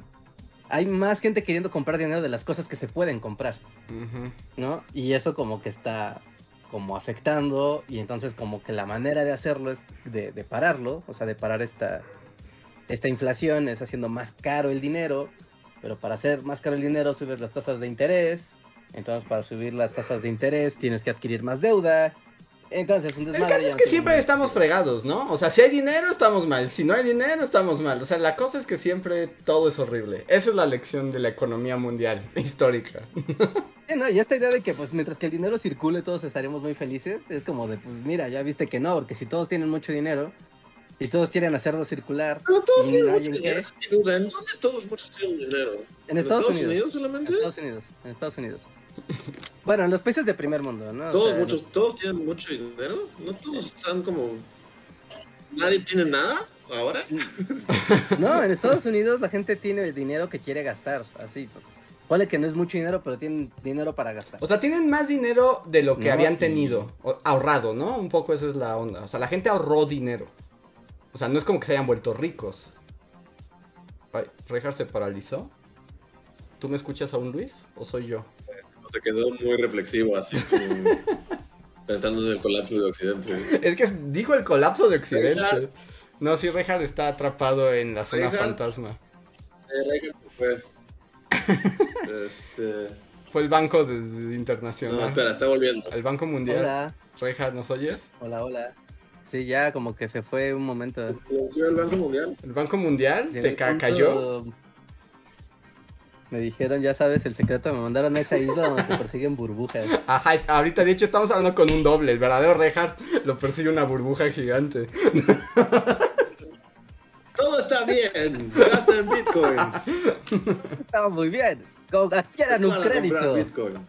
hay más gente queriendo comprar dinero de las cosas que se pueden comprar, ¿no? Y eso como que está... como afectando, y entonces como que la manera de hacerlo es de pararlo, o sea, de parar esta inflación es haciendo más caro el dinero, pero para hacer más caro el dinero subes las tasas de interés, entonces para subir las tasas de interés tienes que adquirir más deuda, entonces un desmadre. El caso es que siempre estamos fregados, ¿no? O sea, si hay dinero estamos mal, si no hay dinero estamos mal, o sea, la cosa es que siempre todo es horrible. Esa es la lección de la economía mundial histórica. Sí, ¿no? Y esta idea de que pues mientras que el dinero circule todos estaremos muy felices, es como de pues mira, ya viste que no, porque si todos tienen mucho dinero, Y todos quieren hacerlo circular. Pero todos y tienen no hay mucho en dinero. qué. Sin duda, ¿en dónde todos muchos tienen dinero? En Estados Unidos solamente? En Estados Unidos. Bueno, en los países de primer mundo, ¿no? Todos tienen mucho dinero. No todos están como... ¿Nadie tiene nada ahora? No, en Estados Unidos la gente tiene el dinero que quiere gastar, así. Ponle que no es mucho dinero, pero tienen dinero para gastar. O sea, tienen más dinero de lo que habían tenido, ahorrado, ¿no? Un poco esa es la onda. O sea, la gente ahorró dinero. O sea, no es como que se hayan vuelto ricos. Ay, Reinhardt se paralizó. ¿Tú me escuchas aún, Luis? ¿O soy yo? Se quedó muy reflexivo, así como pensando en el colapso de Occidente. Es que dijo el colapso de Occidente. No, sí, Reinhardt está atrapado en la zona fantasma. Reinhardt fue. Fue el Banco Internacional. No, espera, está volviendo. El Banco Mundial. Hola. Reinhardt, ¿nos oyes? Hola. Sí, ya como que se fue un momento. ¿Silenció el Banco Mundial? ¿El Banco Mundial? Llegó ¿Te el punto- cayó? Me dijeron, ya sabes, el secreto, me mandaron a esa isla donde te persiguen burbujas. Ajá, ahorita de hecho estamos hablando con un doble. El verdadero Reinhardt lo persigue una burbuja gigante. Todo está bien, gasta en Bitcoin. Estaba muy bien. Como adquieran un Para comprar crédito. Bitcoin.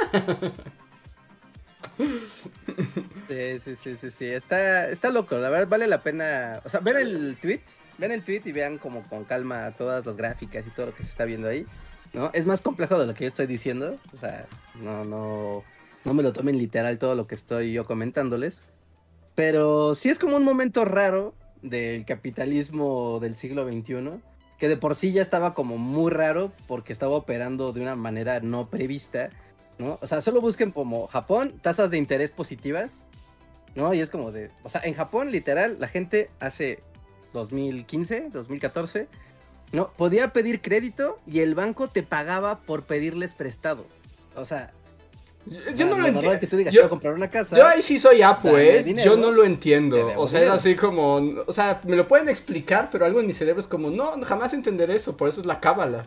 Sí. Está loco, la verdad vale la pena. O sea, ven el tweet y vean como con calma todas las gráficas y todo lo que se está viendo ahí, ¿no? Es más complejo de lo que yo estoy diciendo. O sea, no me lo tomen literal todo lo que estoy yo comentándoles. Pero sí es como un momento raro del capitalismo del siglo XXI, que de por sí ya estaba como muy raro porque estaba operando de una manera no prevista, ¿no? O sea, solo busquen como Japón, tasas de interés positivas, ¿no? Y es como de... O sea, en Japón, literal, la gente hace 2015, 2014, ¿no? Podía pedir crédito y el banco te pagaba por pedirles prestado. O sea... Yo no lo entiendo. Es que tú digas, quiero comprar una casa. Yo ahí sí soy pues, dinero, yo no lo entiendo. O sea, dinero. es así como, o sea, me lo pueden explicar, pero algo en mi cerebro es como, no, jamás entenderé eso, por eso es la cábala.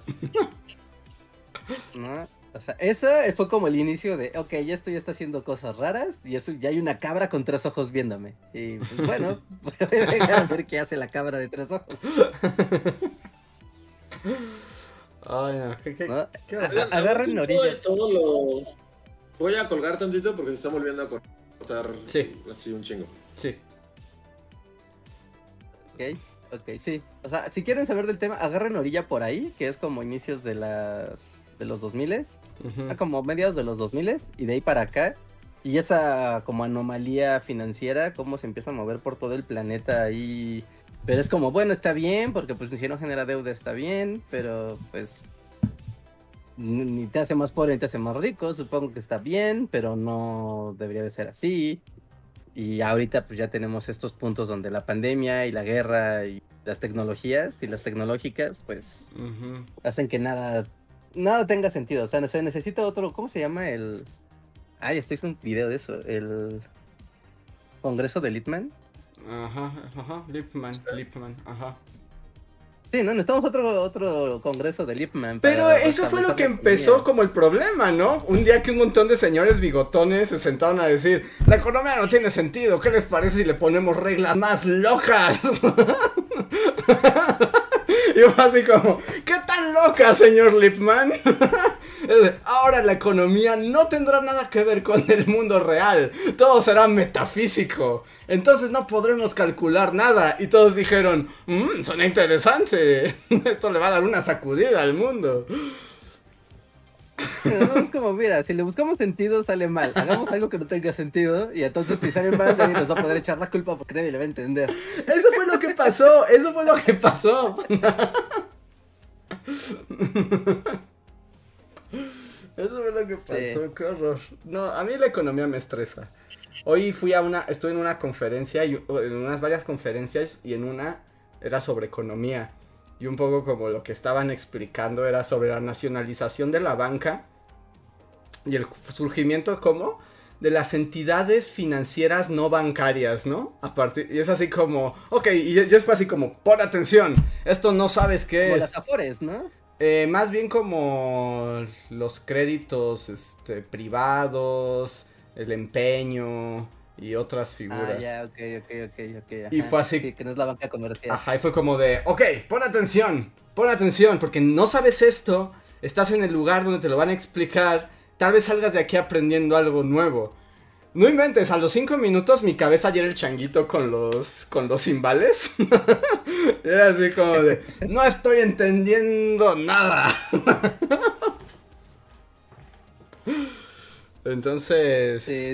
¿No? O sea, eso fue como el inicio de, ok, ya esto ya está haciendo cosas raras y eso ya hay una cabra con 3 ojos viéndome. Y pues, bueno, voy a dejar a ver qué hace la cabra de 3 ojos. Ay, no, ¿No? ¿qué? Agarren orilla. Voy a colgar tantito porque se está volviendo a cortar Sí. así un chingo. Sí. Ok, sí. O sea, si quieren saber del tema, agarren orilla por ahí, que es como inicios de los 2000s, como mediados de los 2000s, y de ahí para acá. Y esa como anomalía financiera, cómo se empieza a mover por todo el planeta ahí. Pero es como, bueno, está bien, porque pues si no genera deuda está bien, pero pues ni te hace más pobre ni te hace más rico, supongo que está bien, pero no debería de ser así. Y ahorita pues ya tenemos estos puntos donde la pandemia y la guerra y las tecnologías y las tecnológicas pues hacen que nada tenga sentido. O sea, se necesita otro, ¿cómo se llama? Ay, estoy con un video de eso, el Congreso de Lippmann. Ajá, Lippmann, ajá. Sí, no, necesitamos otro congreso de Lippmann. Pero eso fue lo que empezó como el problema, ¿no? Un día que un montón de señores bigotones se sentaron a decir, la economía no tiene sentido, ¿qué les parece si le ponemos reglas más locas? Y fue así como, ¿qué tan loca, señor Lippmann? Ahora la economía no tendrá nada que ver con el mundo real, todo será metafísico, entonces no podremos calcular nada. Y todos dijeron, suena interesante, esto le va a dar una sacudida al mundo. No, es como, mira, si le buscamos sentido sale mal, hagamos algo que no tenga sentido y entonces si sale mal nadie nos va a poder echar la culpa porque nadie le va a entender. Eso fue lo que pasó. Eso fue lo que pasó, sí. Qué horror. No, a mí la economía me estresa. Hoy estuve en una conferencia, en varias conferencias, y en una era sobre economía. Y un poco como lo que estaban explicando era sobre la nacionalización de la banca y el surgimiento como de las entidades financieras no bancarias, ¿no? Y es así como, ok, y yo es así como, pon atención, esto no sabes qué como es. Las Afores, ¿no? Más bien como los créditos privados, el empeño, y otras figuras. Ah, ya, ok. Y fue así. Sí, que no es la banca comercial. Ajá, y fue como de, ok, pon atención, porque no sabes esto, estás en el lugar donde te lo van a explicar, tal vez salgas de aquí aprendiendo algo nuevo. No inventes, a los 5 minutos mi cabeza ya era el changuito con los cimbales. Era así como de, no estoy entendiendo nada. Entonces... Sí,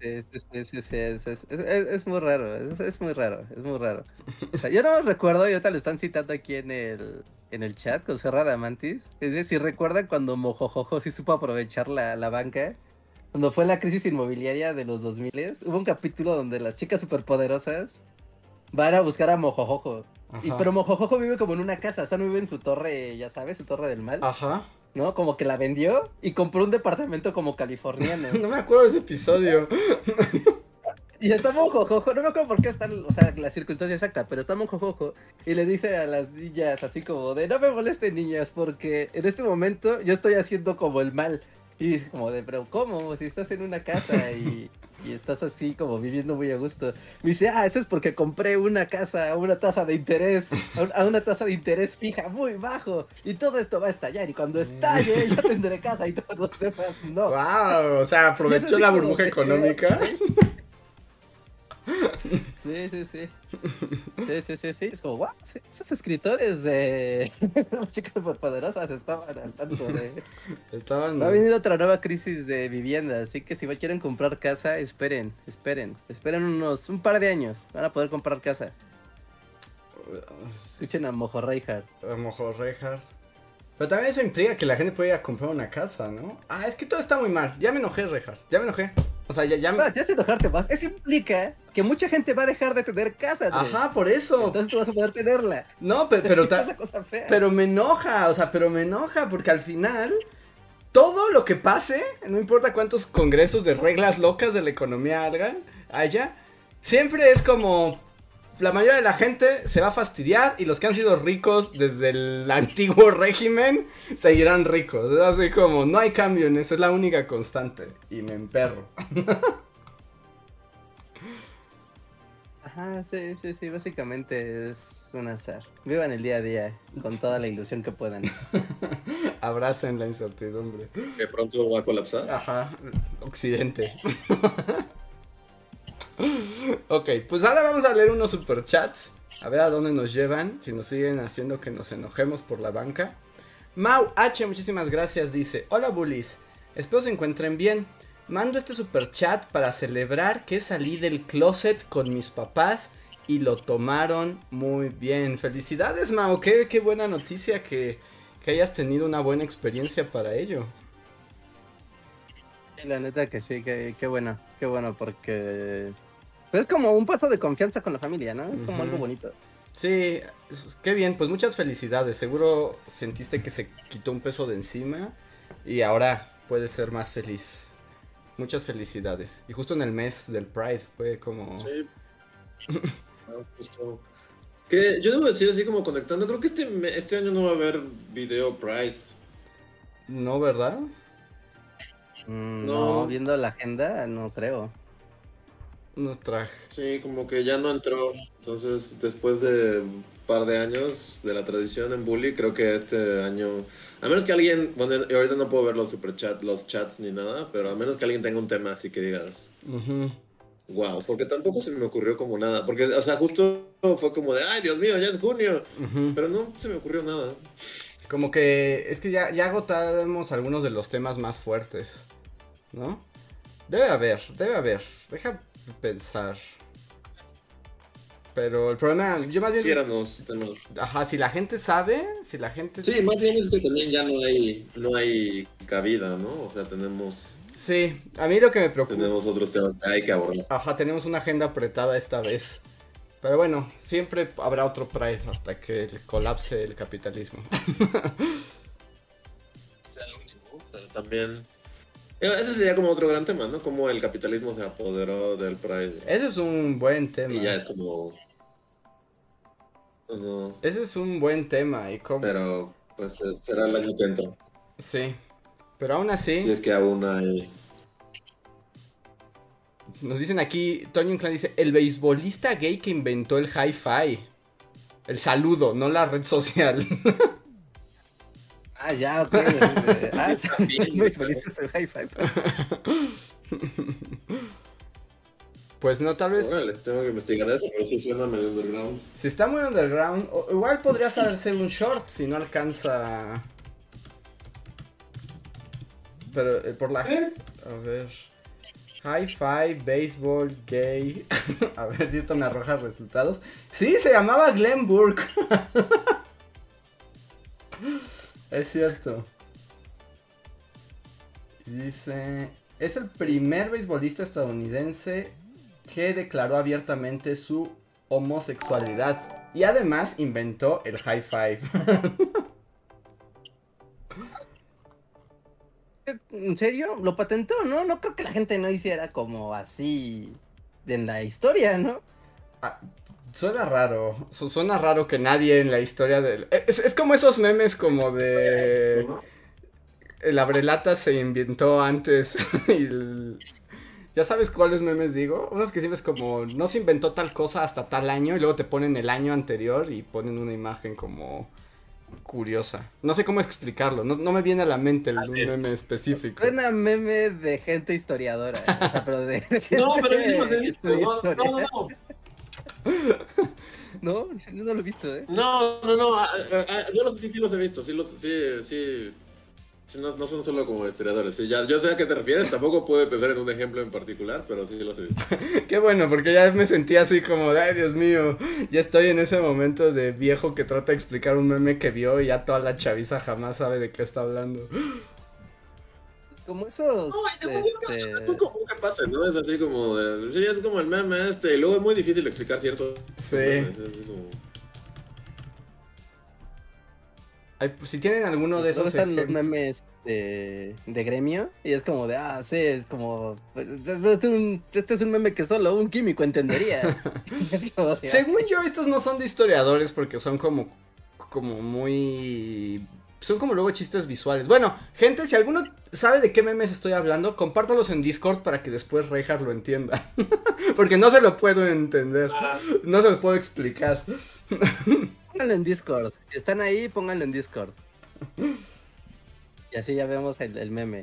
es muy raro, es muy raro. O sea, yo no recuerdo, y ahorita lo están citando aquí en el chat con Serra de Amantis. Es decir, si recuerdan cuando Mojojojo sí supo aprovechar la banca, cuando fue la crisis inmobiliaria de los 2000, hubo un capítulo donde las chicas superpoderosas van a buscar a Mojojojo. Pero Mojojojo vive como en una casa, o sea, no vive en su torre, ya sabes, su torre del mal. Ajá. ¿No? Como que la vendió y compró un departamento como californiano. No me acuerdo de ese episodio. Y está Mojojojo, no me acuerdo por qué está, o sea, la circunstancia exacta, pero está Mojojojo y le dice a las niñas así como de, no me molesten niñas, porque en este momento yo estoy haciendo como el mal. Y dice como de, pero ¿cómo? Si estás en una casa y estás así como viviendo muy a gusto. Me dice, eso es porque compré una casa a una tasa de interés, a una tasa de interés fija muy bajo. Y todo esto va a estallar y cuando estalle ya tendré casa y todos los demás no. Wow, o sea, aprovechó la burbuja económica. Sí. Es como, wow, esos escritores de Chicas Superpoderosas estaban al tanto de... Va a venir otra nueva crisis de vivienda, así que si quieren comprar casa, esperen un par de años, van a poder comprar casa. Escuchen a Mojo Reinhardt. Pero también eso implica que la gente puede ir a comprar una casa, ¿no? Es que todo está muy mal. Ya me enojé, Reinhardt. O sea, No, te hace enojarte más. Eso implica que mucha gente va a dejar de tener casa, Andrés. Ajá, por eso. Entonces tú vas a poder tenerla. No, pero es la cosa fea. Pero me enoja, porque al final todo lo que pase, no importa cuántos congresos de reglas locas de la economía haya, siempre es como la mayoría de la gente se va a fastidiar y los que han sido ricos desde el antiguo régimen seguirán ricos. Es así como, no hay cambio en eso, es la única constante. Y me emperro. Ajá, sí, básicamente es un azar. Vivan el día a día con toda la ilusión que puedan. Abracen la incertidumbre. Que pronto va a colapsar. Ajá, Occidente. Ok, pues ahora vamos a leer unos superchats. A ver a dónde nos llevan. Si nos siguen haciendo que nos enojemos por la banca. Mau H, muchísimas gracias. Dice, hola bullies, espero se encuentren bien. Mando este superchat para celebrar que salí del closet con mis papás y lo tomaron muy bien. Felicidades, Mau, qué buena noticia que hayas tenido una buena experiencia para ello. La neta que sí, qué bueno, porque pues es como un paso de confianza con la familia, ¿no? Es como algo bonito. Sí, qué bien, pues muchas felicidades. Seguro sentiste que se quitó un peso de encima y ahora puedes ser más feliz. Muchas felicidades. Y justo en el mes del Pride fue como... Sí. Justo. Que yo debo decir así como conectando, creo que este año no va a haber video Pride. No, ¿verdad? No, viendo la agenda, no creo. No traje. Sí, como que ya no entró. Entonces, después de un par de años de la tradición en Bully, creo que este año, a menos que alguien, bueno, ahorita no puedo ver los superchats, los chats ni nada, pero a menos que alguien tenga un tema así que digas, wow, porque tampoco se me ocurrió como nada, porque, o sea, justo fue como de, ay, Dios mío, ya es junio, pero no se me ocurrió nada. Como que es que ya agotamos algunos de los temas más fuertes, ¿no? Debe haber, deja pensar. Pero el problema, yo más bien... Temas. Ajá, si la gente sabe, Sí, más bien es que también ya no hay cabida, ¿no? O sea, tenemos... Sí, a mí lo que me preocupa... Tenemos otros temas que hay que abordar. Ajá, tenemos una agenda apretada esta vez. Pero bueno, siempre habrá otro Pride hasta que colapse el capitalismo. Pero también... Ese sería como otro gran tema, ¿no? Como el capitalismo se apoderó del Pride. Ese es un buen tema. Y ya es como... Ese es un buen tema. ¿Y cómo? Pero, pues, será el año que entra. Sí, pero aún así... Si es que aún hay... Nos dicen aquí, Toño Inclán dice, el beisbolista gay que inventó el hi-fi. El saludo, no la red social. Ah, ya, ok. El beisbolista es el hi-fi. Pues no, tal vez... Órale, tengo que investigar eso, pero sí suena medio underground. Si está muy underground, igual podría hacer un short si no alcanza... Pero por la... ¿Sí? A ver... Hi-Fi, béisbol, gay... A ver si esto me arroja resultados. Sí, se llamaba Glenn Burke. Es cierto. Dice... Es el primer beisbolista estadounidense que declaró abiertamente su homosexualidad. Y además inventó el high five. ¿En serio? ¿Lo patentó? No creo que la gente no hiciera como así en la historia, ¿no? Suena raro. Suena raro que nadie en la historia del... Es como esos memes como de... El abrelata se inventó antes y... ¿Ya sabes cuáles memes digo? Unos que siempre es como, no se inventó tal cosa hasta tal año y luego te ponen el año anterior y ponen una imagen como curiosa. No sé cómo explicarlo, no me viene a la mente un meme específico. Suena meme de gente historiadora, o sea, pero de gente No, pero yo sí los he visto. No, yo no lo he visto, ¿eh? No. Yo sí los he visto. Sí, no son solo como historiadores. Sí, yo sé a qué te refieres. Tampoco puedo pensar en un ejemplo en particular, pero sí los he visto. Qué bueno, porque ya me sentí así como, ay, Dios mío. Ya estoy en ese momento de viejo que trata de explicar un meme que vio y ya toda la chaviza jamás sabe de qué está hablando. Es como esos... Es muy común que pase, ¿no? Es así como de... Sí, es como el meme y luego es muy difícil explicar cierto... Sí. Memes, es así como... Ay, pues, si tienen alguno de esos están los memes de gremio y es como de, sí, es como, este es un meme que solo un químico entendería. Es como de, según yo, estos no son de historiadores porque son como muy... Son como luego chistes visuales. Bueno, gente, si alguno sabe de qué memes estoy hablando, compártalos en Discord para que después Reinhardt lo entienda. Porque no se lo puedo entender. No se lo puedo explicar. Pónganlo en Discord. Si están ahí, pónganlo en Discord. Y así ya vemos el meme.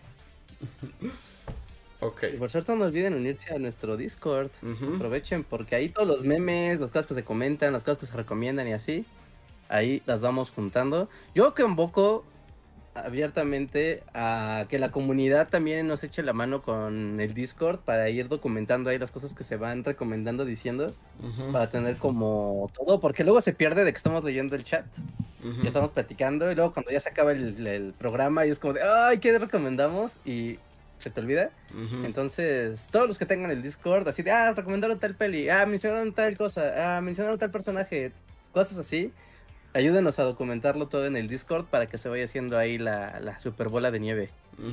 Ok. Y por cierto, no olviden unirse a nuestro Discord. Aprovechen porque ahí todos los memes, las cosas que se comentan, las cosas que se recomiendan y así, ahí las vamos juntando. Yo convoco abiertamente a que la comunidad también nos eche la mano con el Discord para ir documentando ahí las cosas que se van recomendando, diciendo, para tener como todo, porque luego se pierde de que estamos leyendo el chat y estamos platicando y luego cuando ya se acaba el programa y es como de, ay, ¿qué recomendamos? Y se te olvida. Entonces, todos los que tengan el Discord, así de, recomendaron tal peli, mencionaron tal cosa, mencionaron tal personaje, cosas así. Ayúdenos a documentarlo todo en el Discord para que se vaya haciendo ahí la super bola de nieve.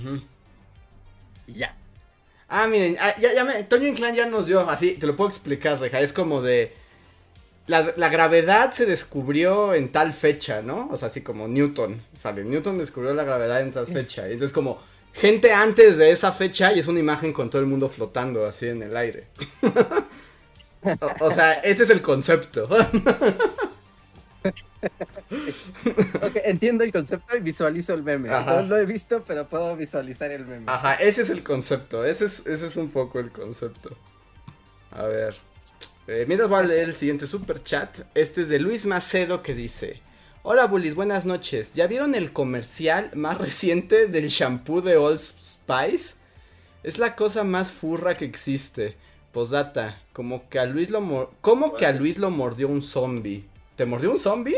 Y ya. Miren, Toño Inclán ya nos dio, así, te lo puedo explicar, Reja, es como de... La gravedad se descubrió en tal fecha, ¿no? O sea, así como Newton, ¿sale? Newton descubrió la gravedad en tal fecha. Entonces como gente antes de esa fecha y es una imagen con todo el mundo flotando así en el aire. o sea, ese es el concepto. Ok, entiendo el concepto y visualizo el meme. No lo he visto, pero puedo visualizar el meme. Ajá, ese es el concepto. Ese es un poco el concepto. A ver. Mientras voy a leer el siguiente super chat. Este es de Luis Macedo que dice: hola bullies, buenas noches. ¿Ya vieron el comercial más reciente del shampoo de Old Spice? Es la cosa más furra que existe. Postdata, como que a Luis lo mordió un zombie. ¿Te mordió un zombie?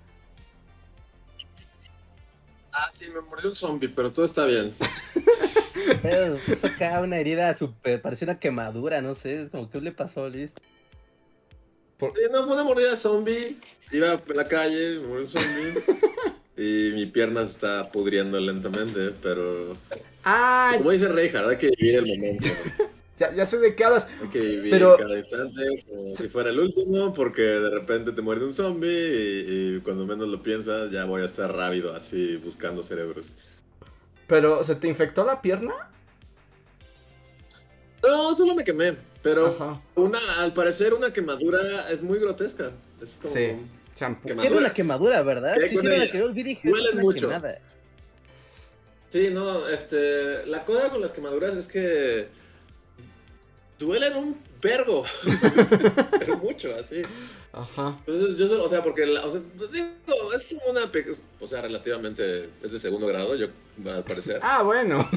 Sí, me mordió un zombie, pero todo está bien. Puso acá una herida súper, parecía una quemadura, no sé, es como, ¿qué le pasó a Luis? Sí, no, fue una mordida de zombie, iba por la calle, me mordió un zombie, y mi pierna se está pudriendo lentamente, pero... Como dice Reinhardt, hay que vivir el momento. Ya sé de qué hablas. Hay que vivir cada instante como si fuera el último, porque de repente te muerde un zombie y cuando menos lo piensas ya voy a estar rápido así buscando cerebros. ¿Pero se te infectó la pierna? No, No, solo me quemé, pero al parecer una quemadura es muy grotesca. Es como Era una quemadura, ¿verdad? Sí, era la que yo vi, dije, duelen mucho. Quemada. Sí, no, la cosa con las quemaduras es que duelen un vergo, pero mucho, así. Ajá. Entonces yo, o sea, porque, digo, es como una, o sea, relativamente, es de segundo grado, yo, al parecer. Ah, bueno.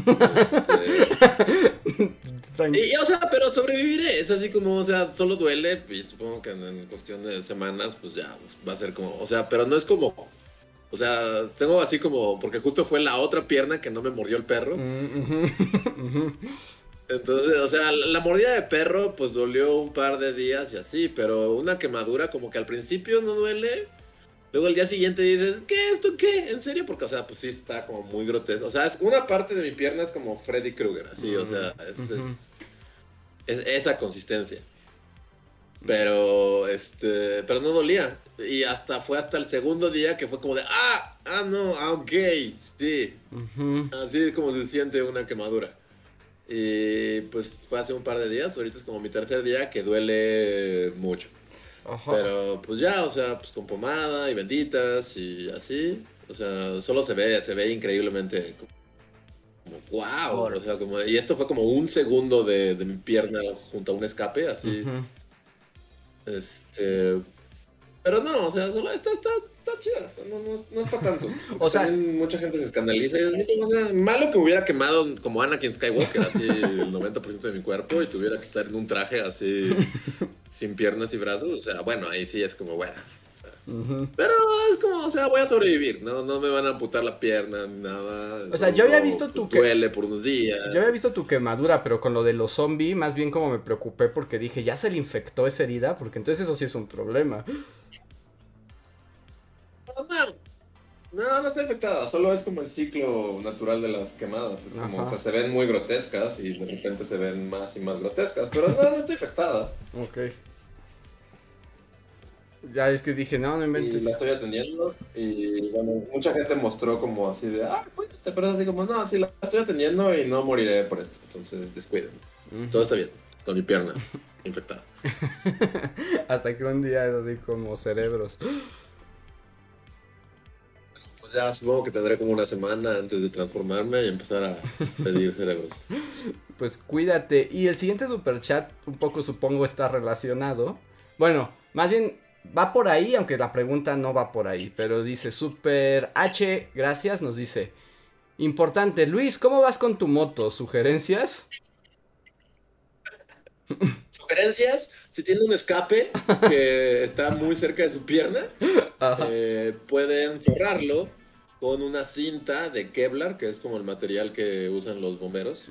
Y, o sea, pero sobreviviré, es así como, o sea, solo duele, y supongo que en cuestión de semanas, pues ya, pues, va a ser como, o sea, pero no es como, o sea, tengo así como, porque justo fue la otra pierna que no me mordió el perro. Entonces, o sea, la mordida de perro pues dolió un par de días y así, pero una quemadura como que al principio no duele, luego al día siguiente dices, ¿qué? ¿Esto qué? ¿En serio? Porque, o sea, pues sí está como muy grotesco, o sea, es una parte de mi pierna es como Freddy Krueger, así, o sea, es esa consistencia. Pero, pero no dolía, y fue hasta el segundo día que fue como de, ok, sí, así es como se siente una quemadura. Y pues fue hace un par de días, ahorita es como mi tercer día que duele mucho. Pero pues ya, o sea, pues con pomada y benditas y así, o sea, solo se ve increíblemente como wow, o sea, como, y esto fue como un segundo de mi pierna junto a un escape, así. Pero no, o sea, solo está chida, no es para tanto. O sea, también mucha gente se escandaliza y dice, o sea, malo que me hubiera quemado como Anakin Skywalker, así el 90% de mi cuerpo y tuviera que estar en un traje así sin piernas y brazos, o sea, bueno, ahí sí es como, bueno. Pero es como, o sea, voy a sobrevivir, no me van a amputar la pierna ni nada. O sea, yo había visto tu duele por unos días. Yo había visto tu quemadura, pero con lo de los zombies, más bien como me preocupé porque dije, ya se le infectó esa herida, porque entonces eso sí es un problema. No está infectada, solo es como el ciclo natural de las quemadas. Es como, o sea, se ven muy grotescas y de repente se ven más y más grotescas, pero no está infectada. Ok. Ya es que dije, no inventes. Y la estoy atendiendo y bueno, mucha gente mostró como así de, cuídate, pero es así como, no, sí la estoy atendiendo y no moriré por esto, entonces descuiden. Todo está bien, con mi pierna infectada. Hasta que un día es así como cerebros. Ya supongo que tendré como una semana antes de transformarme y empezar a pedir cerebros. Pues cuídate. Y el siguiente superchat un poco supongo está relacionado. Bueno, más bien va por ahí, aunque la pregunta no va por ahí. Pero dice Super H, gracias, nos dice. Importante, Luis, ¿cómo vas con tu moto? ¿Sugerencias? Sugerencias, si tiene un escape que está muy cerca de su pierna, pueden forrarlo con una cinta de Kevlar, que es como el material que usan los bomberos.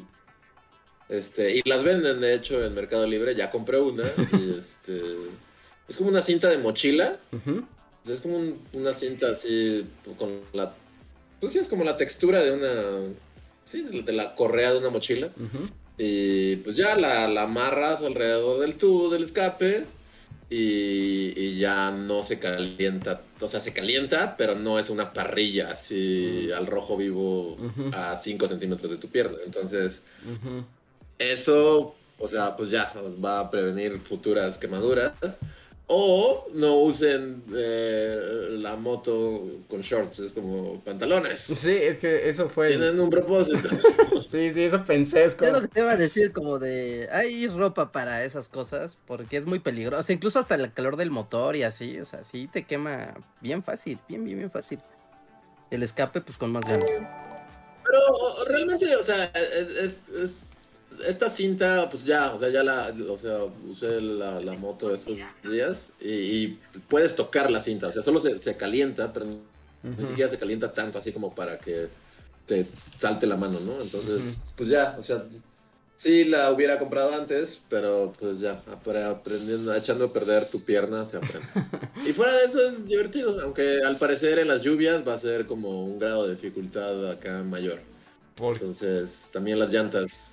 Y las venden, de hecho, en Mercado Libre. Ya compré una. Y es como una cinta de mochila. Es como una cinta así, con la... Pues sí, es como la textura de una... Sí, de la correa de una mochila. Y pues ya la amarras alrededor del tubo del escape. Y ya no se calienta, o sea, se calienta, pero no es una parrilla así al rojo vivo a 5 centímetros de tu pierna. Entonces, eso, o sea, pues ya va a prevenir futuras quemaduras. O no usen la moto con shorts, es como pantalones. Sí, es que eso fue... Tienen un propósito. Sí, eso pensé, es como... Es lo que te iba a decir, como de... Hay ropa para esas cosas, porque es muy peligroso. O sea, incluso hasta el calor del motor y así, o sea, sí te quema bien fácil, bien fácil. El escape, pues con más ganas. Pero realmente, o sea, esta cinta, pues ya, o sea, usé la moto estos días y puedes tocar la cinta, o sea, solo se calienta, pero ni siquiera se calienta tanto así como para que te salte la mano, ¿no? Entonces, pues ya, o sea, sí la hubiera comprado antes, pero pues ya, aprendiendo, echando a perder tu pierna se aprende. Y fuera de eso es divertido, aunque al parecer en las lluvias va a ser como un grado de dificultad acá mayor. Entonces, también las llantas...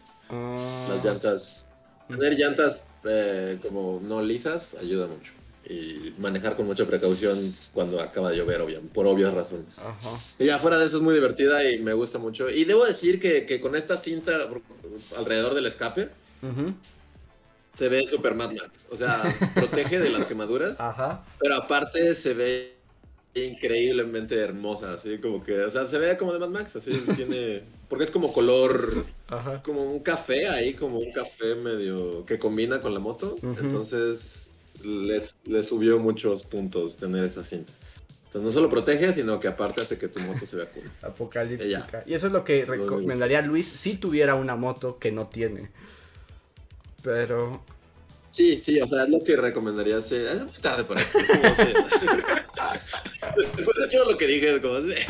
Tener llantas como no lisas ayuda mucho. Y manejar con mucha precaución cuando acaba de llover, por obvias razones. Y ya fuera de eso es muy divertida y me gusta mucho. Y debo decir que con esta cinta alrededor del escape, se ve super Mad Max. O sea, protege de las quemaduras. Ajá. Pero aparte se ve increíblemente hermosa, así como que, o sea, se ve como de Mad Max, así tiene, porque es como color, Ajá. como un café ahí, como un café medio que combina con la moto, entonces le subió muchos puntos tener esa cinta. Entonces no solo protege, sino que aparte hace que tu moto se vea cool. Apocalíptica. Y eso es lo que recomendaría Luis si tuviera una moto que no tiene. Pero... Sí, o sea, es lo que recomendaría hacer. Es muy tarde para esto, como sé. Después de todo lo que dije, es como sé.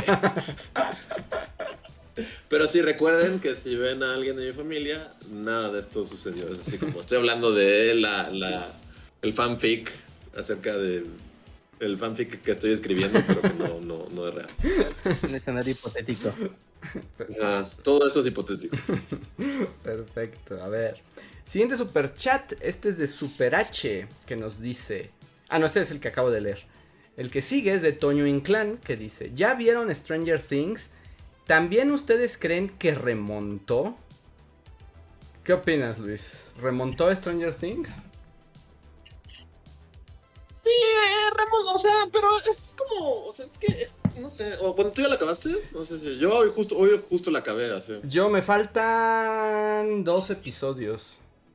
Pero sí, recuerden que si ven a alguien de mi familia, nada de esto sucedió. Es así como estoy hablando de el fanfic acerca de el fanfic que estoy escribiendo, pero que no es real. Un escenario hipotético. Todo esto es hipotético. Perfecto, a ver. Siguiente superchat, este es de Super H, que nos dice... Ah, no, este es el que acabo de leer. El que sigue es de Toño Inclán, que dice... ¿Ya vieron Stranger Things? ¿También ustedes creen que remontó? ¿Qué opinas, Luis? ¿Remontó Stranger Things? Sí, remontó, o sea, pero es como... O sea, es que... no sé, bueno, ¿tú ya la acabaste? No sé si... Yo hoy justo la acabé, así. Yo me faltan 2 episodios.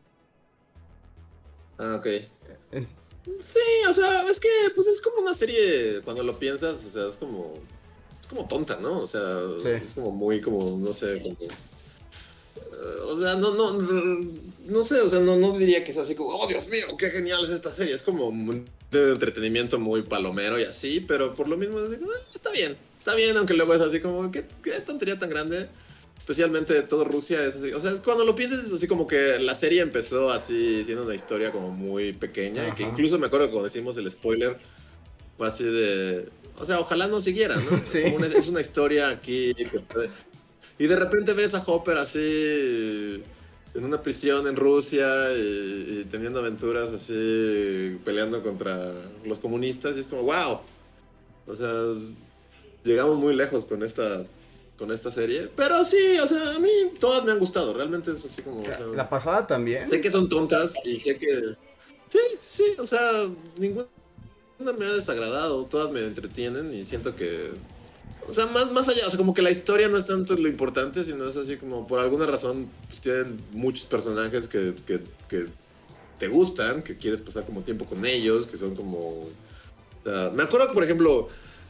Ah, ok. Sí, o sea, es que pues es como una serie, cuando lo piensas, o sea, es como tonta, ¿no? O sea, sí. Es como muy, como, no sé, como... o sea, no sé, o sea, no diría que es así como, oh, Dios mío, qué genial es esta serie. Es como de entretenimiento muy palomero y así, pero por lo mismo es así, está bien, aunque luego es así como, qué tontería tan grande. Especialmente todo Rusia es así, o sea, cuando lo piensas es así como que la serie empezó así siendo una historia como muy pequeña. Ajá. Y que incluso me acuerdo que cuando decimos el spoiler fue así de, o sea, ojalá no siguiera, ¿no? Sí. Es una historia aquí y de repente ves a Hopper así en una prisión en Rusia y teniendo aventuras así peleando contra los comunistas y es como wow, o sea, llegamos muy lejos con esta serie, pero sí, o sea, a mí todas me han gustado, realmente es así como... O sea, la pasada también. Sé que son tontas y sé que... Sí, o sea, ninguna me ha desagradado, todas me entretienen y siento que... O sea, más allá, o sea, como que la historia no es tanto lo importante, sino es así como por alguna razón pues tienen muchos personajes que te gustan, que quieres pasar como tiempo con ellos, que son como... O sea, me acuerdo que, por ejemplo,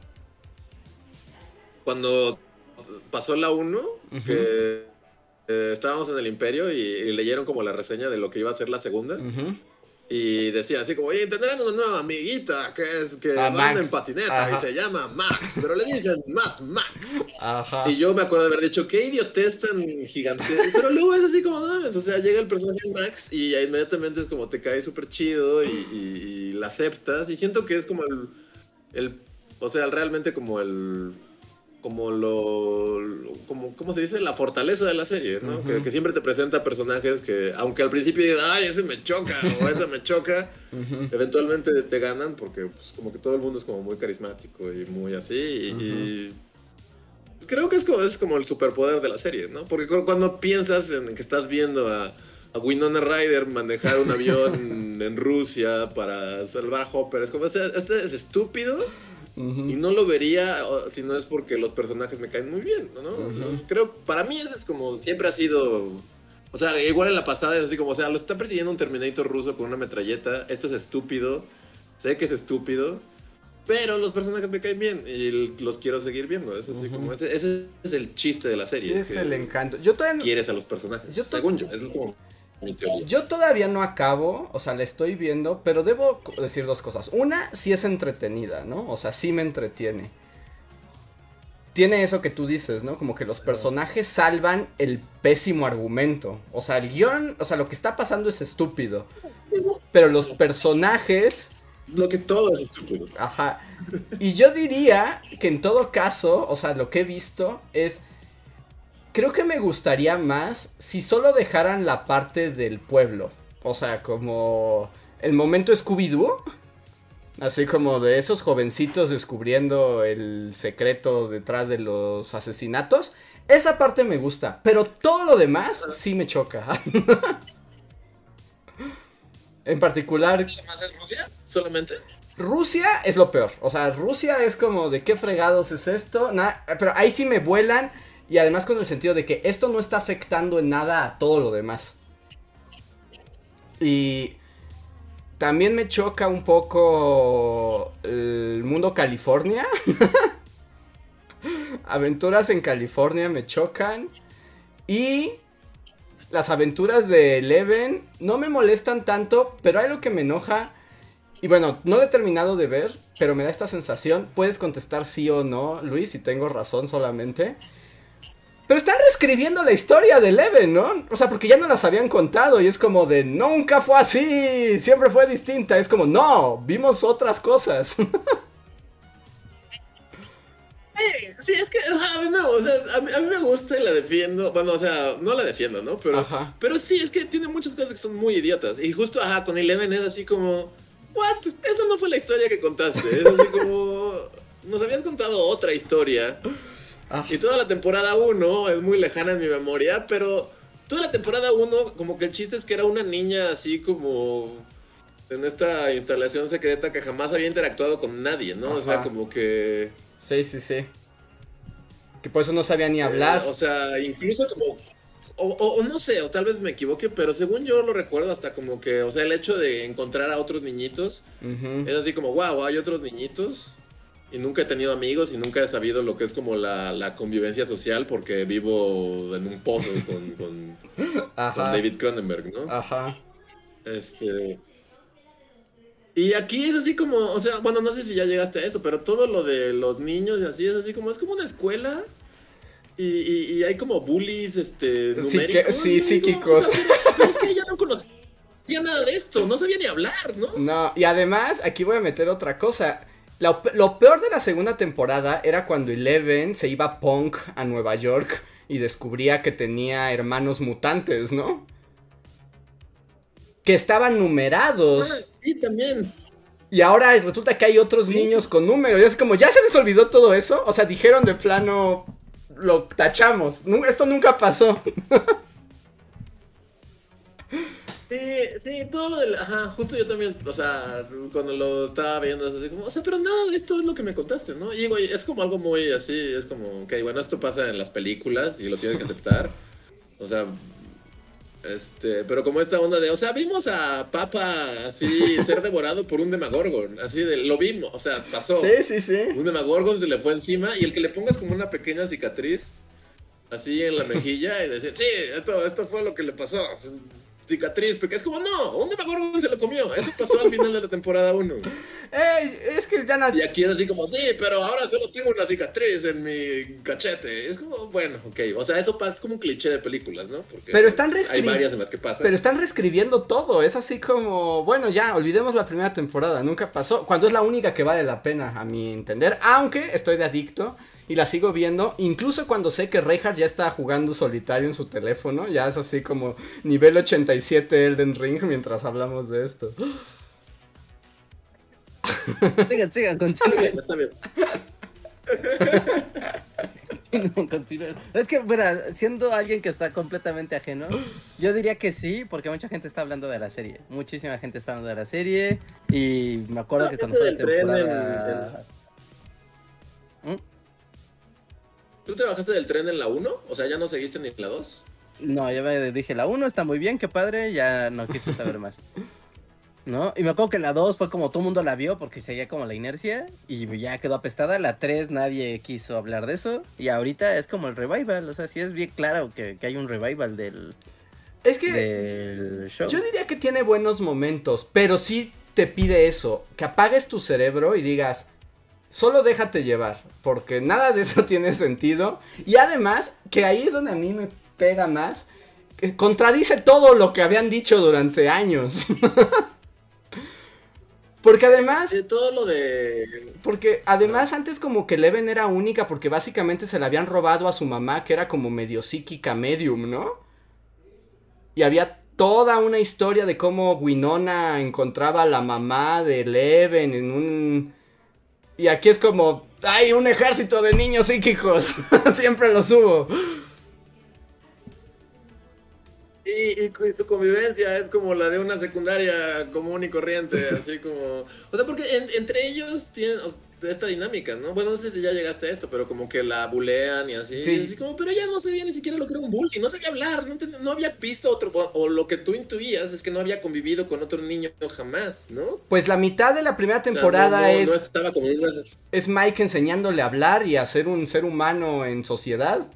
cuando... pasó la 1, que estábamos en el Imperio y leyeron como la reseña de lo que iba a ser la segunda. Y decía así como, oye, tendrán una nueva amiguita que van Max. En patineta. Ajá. Y se llama Max, pero le dicen Mad Max. Ajá. Y yo me acuerdo de haber dicho, qué idiotez tan gigante. Pero luego es así como, o sea, llega el personaje Max y inmediatamente es como te cae súper chido y la aceptas. Y siento que es como o sea, realmente como ¿cómo se dice? La fortaleza de la serie, ¿no? Que siempre te presenta personajes que, aunque al principio dices, ay, ese me choca, o esa me choca, eventualmente te ganan porque, pues, como que todo el mundo es como muy carismático y muy así, y creo que es como el superpoder de la serie, ¿no? Porque cuando piensas en que estás viendo a Winona Ryder manejar un avión en Rusia para salvar a Hopper, es como, este es estúpido. Y no lo vería si no es porque los personajes me caen muy bien, ¿no? Creo, para mí ese es como, siempre ha sido, o sea, igual en la pasada es así como, o sea, lo está persiguiendo un Terminator ruso con una metralleta, esto es estúpido, sé que es estúpido, pero los personajes me caen bien y los quiero seguir viendo, eso sí, como, ese es el chiste de la serie. Sí, es el encanto. Yo todavía quieres a los personajes, según yo, es como... Yo todavía no acabo, o sea, la estoy viendo, pero debo decir 2 cosas. Una, sí es entretenida, ¿no? O sea, sí me entretiene. Tiene eso que tú dices, ¿no? Como que los personajes salvan el pésimo argumento. O sea, el guión, o sea, lo que está pasando es estúpido. Pero los personajes... Lo que todo es estúpido. Ajá. Y yo diría que en todo caso, o sea, lo que he visto es... Creo que me gustaría más si solo dejaran la parte del pueblo. O sea, como el momento Scooby-Doo. Así como de esos jovencitos descubriendo el secreto detrás de los asesinatos. Esa parte me gusta, pero todo lo demás sí me choca. En particular... ¿Más es Rusia? ¿Solamente? Rusia es lo peor. O sea, Rusia es como de qué fregados es esto. Pero ahí sí me vuelan. Y además con el sentido de que esto no está afectando en nada a todo lo demás. Y también me choca un poco el mundo California. Aventuras en California me chocan. Y las aventuras de Eleven no me molestan tanto, pero hay algo que me enoja. Y bueno, no lo he terminado de ver, pero me da esta sensación. Puedes contestar sí o no, Luis, si tengo razón solamente. Pero están reescribiendo la historia de Eleven, ¿no? O sea, porque ya no las habían contado y es como de nunca fue así, siempre fue distinta. Es como, no, vimos otras cosas. Sí, es que a mí me gusta y la defiendo. Bueno, o sea, no la defiendo, ¿no? Pero sí, es que tiene muchas cosas que son muy idiotas. Y justo, con Eleven es así como, ¿what? Esa no fue la historia que contaste. Es así como, nos habías contado otra historia. Y toda la temporada 1 es muy lejana en mi memoria, pero toda la temporada 1 como que el chiste es que era una niña así como en esta instalación secreta que jamás había interactuado con nadie, ¿no? Ajá. O sea, como que... Sí. Que por eso no sabía ni hablar. O sea, incluso como... O no sé, o tal vez me equivoque, pero según yo lo recuerdo hasta como que, o sea, el hecho de encontrar a otros niñitos, es así como, wow, hay otros niñitos... Y nunca he tenido amigos y nunca he sabido lo que es como la convivencia social porque vivo en un pozo con David Cronenberg, ¿no? Ajá. Y aquí es así como, o sea, bueno, no sé si ya llegaste a eso, pero todo lo de los niños y así es así como, es como una escuela y hay como bullies, numéricos. Sí, psíquicos. O sea, pero es que ella no conocía nada de esto, no sabía ni hablar, ¿no? No, y además, aquí voy a meter otra cosa. Lo peor de la segunda temporada era cuando Eleven se iba punk a Nueva York y descubría que tenía hermanos mutantes, ¿no? Que estaban numerados. Sí, también. Y ahora resulta que hay otros niños con números. Y es como, ¿ya se les olvidó todo eso? O sea, dijeron de plano, lo tachamos. Esto nunca pasó. Sí, todo lo del... Ajá, justo yo también, o sea, cuando lo estaba viendo, es así como, o sea, pero nada de esto es lo que me contaste, ¿no? Y digo, es como algo muy así, es como, ok, bueno, esto pasa en las películas y lo tienes que aceptar. O sea, pero como esta onda de, o sea, vimos a Papa así ser devorado por un Demagorgon, así de, lo vimos, o sea, pasó. Sí. Un Demagorgon se le fue encima y el que le pongas como una pequeña cicatriz, así en la mejilla y decir, sí, esto fue lo que le pasó. Cicatriz, porque es como, no, un Demagorgon se lo comió. Eso pasó al final de la temporada 1. Es que ya Y aquí es así como, sí, pero ahora solo tengo una cicatriz en mi cachete. Es como, bueno, ok. O sea, eso pasa, es como un cliché de películas, ¿no? Porque pero están hay varias en las que pasa. Pero están reescribiendo todo. Es así como, bueno, ya, olvidemos la primera temporada. Nunca pasó. Cuando es la única que vale la pena, a mi entender. Aunque estoy de adicto. Y la sigo viendo, incluso cuando sé que Reinhardt ya está jugando solitario en su teléfono. Ya es así como nivel 87 Elden Ring mientras hablamos de esto. Sigan, continúen. Está bien. Continúen. Es que, mira, siendo alguien que está completamente ajeno, yo diría que sí, porque mucha gente está hablando de la serie. Muchísima gente está hablando de la serie. Y me acuerdo que cuando fue la temporada... ¿Tú te bajaste del tren en la 1? O sea, ¿ya no seguiste ni en la 2? No, yo me dije, la 1 está muy bien, qué padre, ya no quise saber más. ¿No? Y me acuerdo que la 2 fue como todo el mundo la vio porque seguía como la inercia y ya quedó apestada. La 3 nadie quiso hablar de eso y ahorita es como el revival, o sea, sí es bien claro que hay un revival del show. Yo diría que tiene buenos momentos, pero sí te pide eso, que apagues tu cerebro y digas... Solo déjate llevar, porque nada de eso tiene sentido. Y además, que ahí es donde a mí me pega más, que contradice todo lo que habían dicho durante años. Porque además... todo lo de... Porque además antes como que Eleven era única, porque básicamente se la habían robado a su mamá, que era como medio psíquica medium, ¿no? Y había toda una historia de cómo Winona encontraba a la mamá de Eleven en un... Y aquí es como, hay un ejército de niños psíquicos, siempre los hubo. Sí, y su convivencia es como la de una secundaria común y corriente, así como... O sea, porque entre ellos tienen esta dinámica, ¿no? Bueno, no sé si ya llegaste a esto, pero como que la bulean y así. Sí. Y así como, pero ella no sabía ni siquiera lo que era un bully, no sabía hablar, no había visto otro... O lo que tú intuías es que no había convivido con otro niño jamás, ¿no? Pues la mitad de la primera temporada no estaba como una... es Mike enseñándole a hablar y a ser un ser humano en sociedad.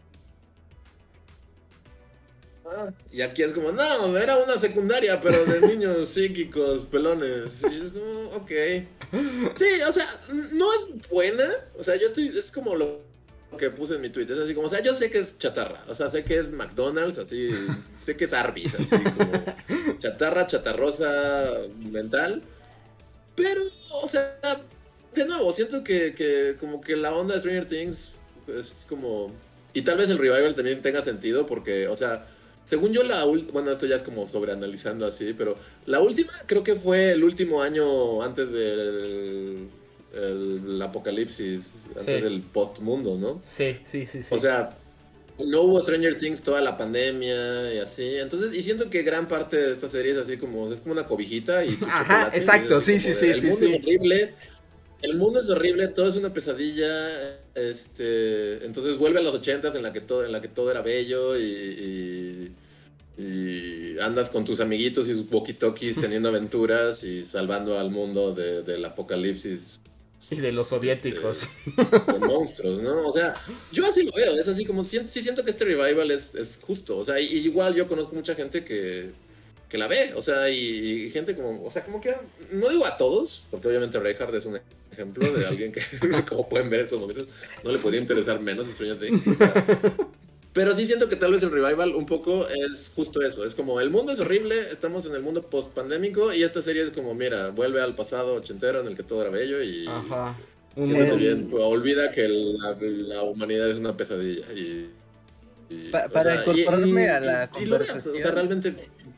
Y aquí es como, no, era una secundaria, pero de niños psíquicos, pelones. Y es como, ok. Sí, o sea, no es buena. O sea, es como lo que puse en mi tweet. Es así como, o sea, yo sé que es chatarra. O sea, sé que es McDonald's, así. Sé que es Arby's, así como chatarrosa mental. Pero, o sea, de nuevo, siento que como que la onda de Stranger Things es como... Y tal vez el revival también tenga sentido porque, o sea... Según yo, bueno, esto ya es como sobreanalizando así, pero la última creo que fue el último año antes del apocalipsis, antes del post-mundo, ¿no? Sí. O sea, no hubo Stranger Things toda la pandemia y así, entonces, y siento que gran parte de esta serie es así como, es como una cobijita y tu chocolate, exacto, sí. El mundo es horrible. El mundo es horrible, todo es una pesadilla, entonces vuelve a los 80s en la que todo era bello y andas con tus amiguitos y sus walkie-talkies teniendo aventuras y salvando al mundo del apocalipsis. Y de los soviéticos. De monstruos, ¿no? O sea, yo así lo veo, es así como, sí siento que este revival es justo, o sea, y igual yo conozco mucha gente que la ve, o sea, y gente como, o sea, como que, no digo a todos, porque obviamente Reinhardt es un ejemplo de alguien que, como pueden ver en estos momentos, no le podría interesar menos Stranger Things, o sea, pero sí siento que tal vez el revival un poco es justo eso, es como, el mundo es horrible, estamos en el mundo post-pandémico, y esta serie es como, mira, vuelve al pasado ochentero en el que todo era bello, y siéntete bien, pues, olvida que la humanidad es una pesadilla, para incorporarme a la conversación. O sea, realmente...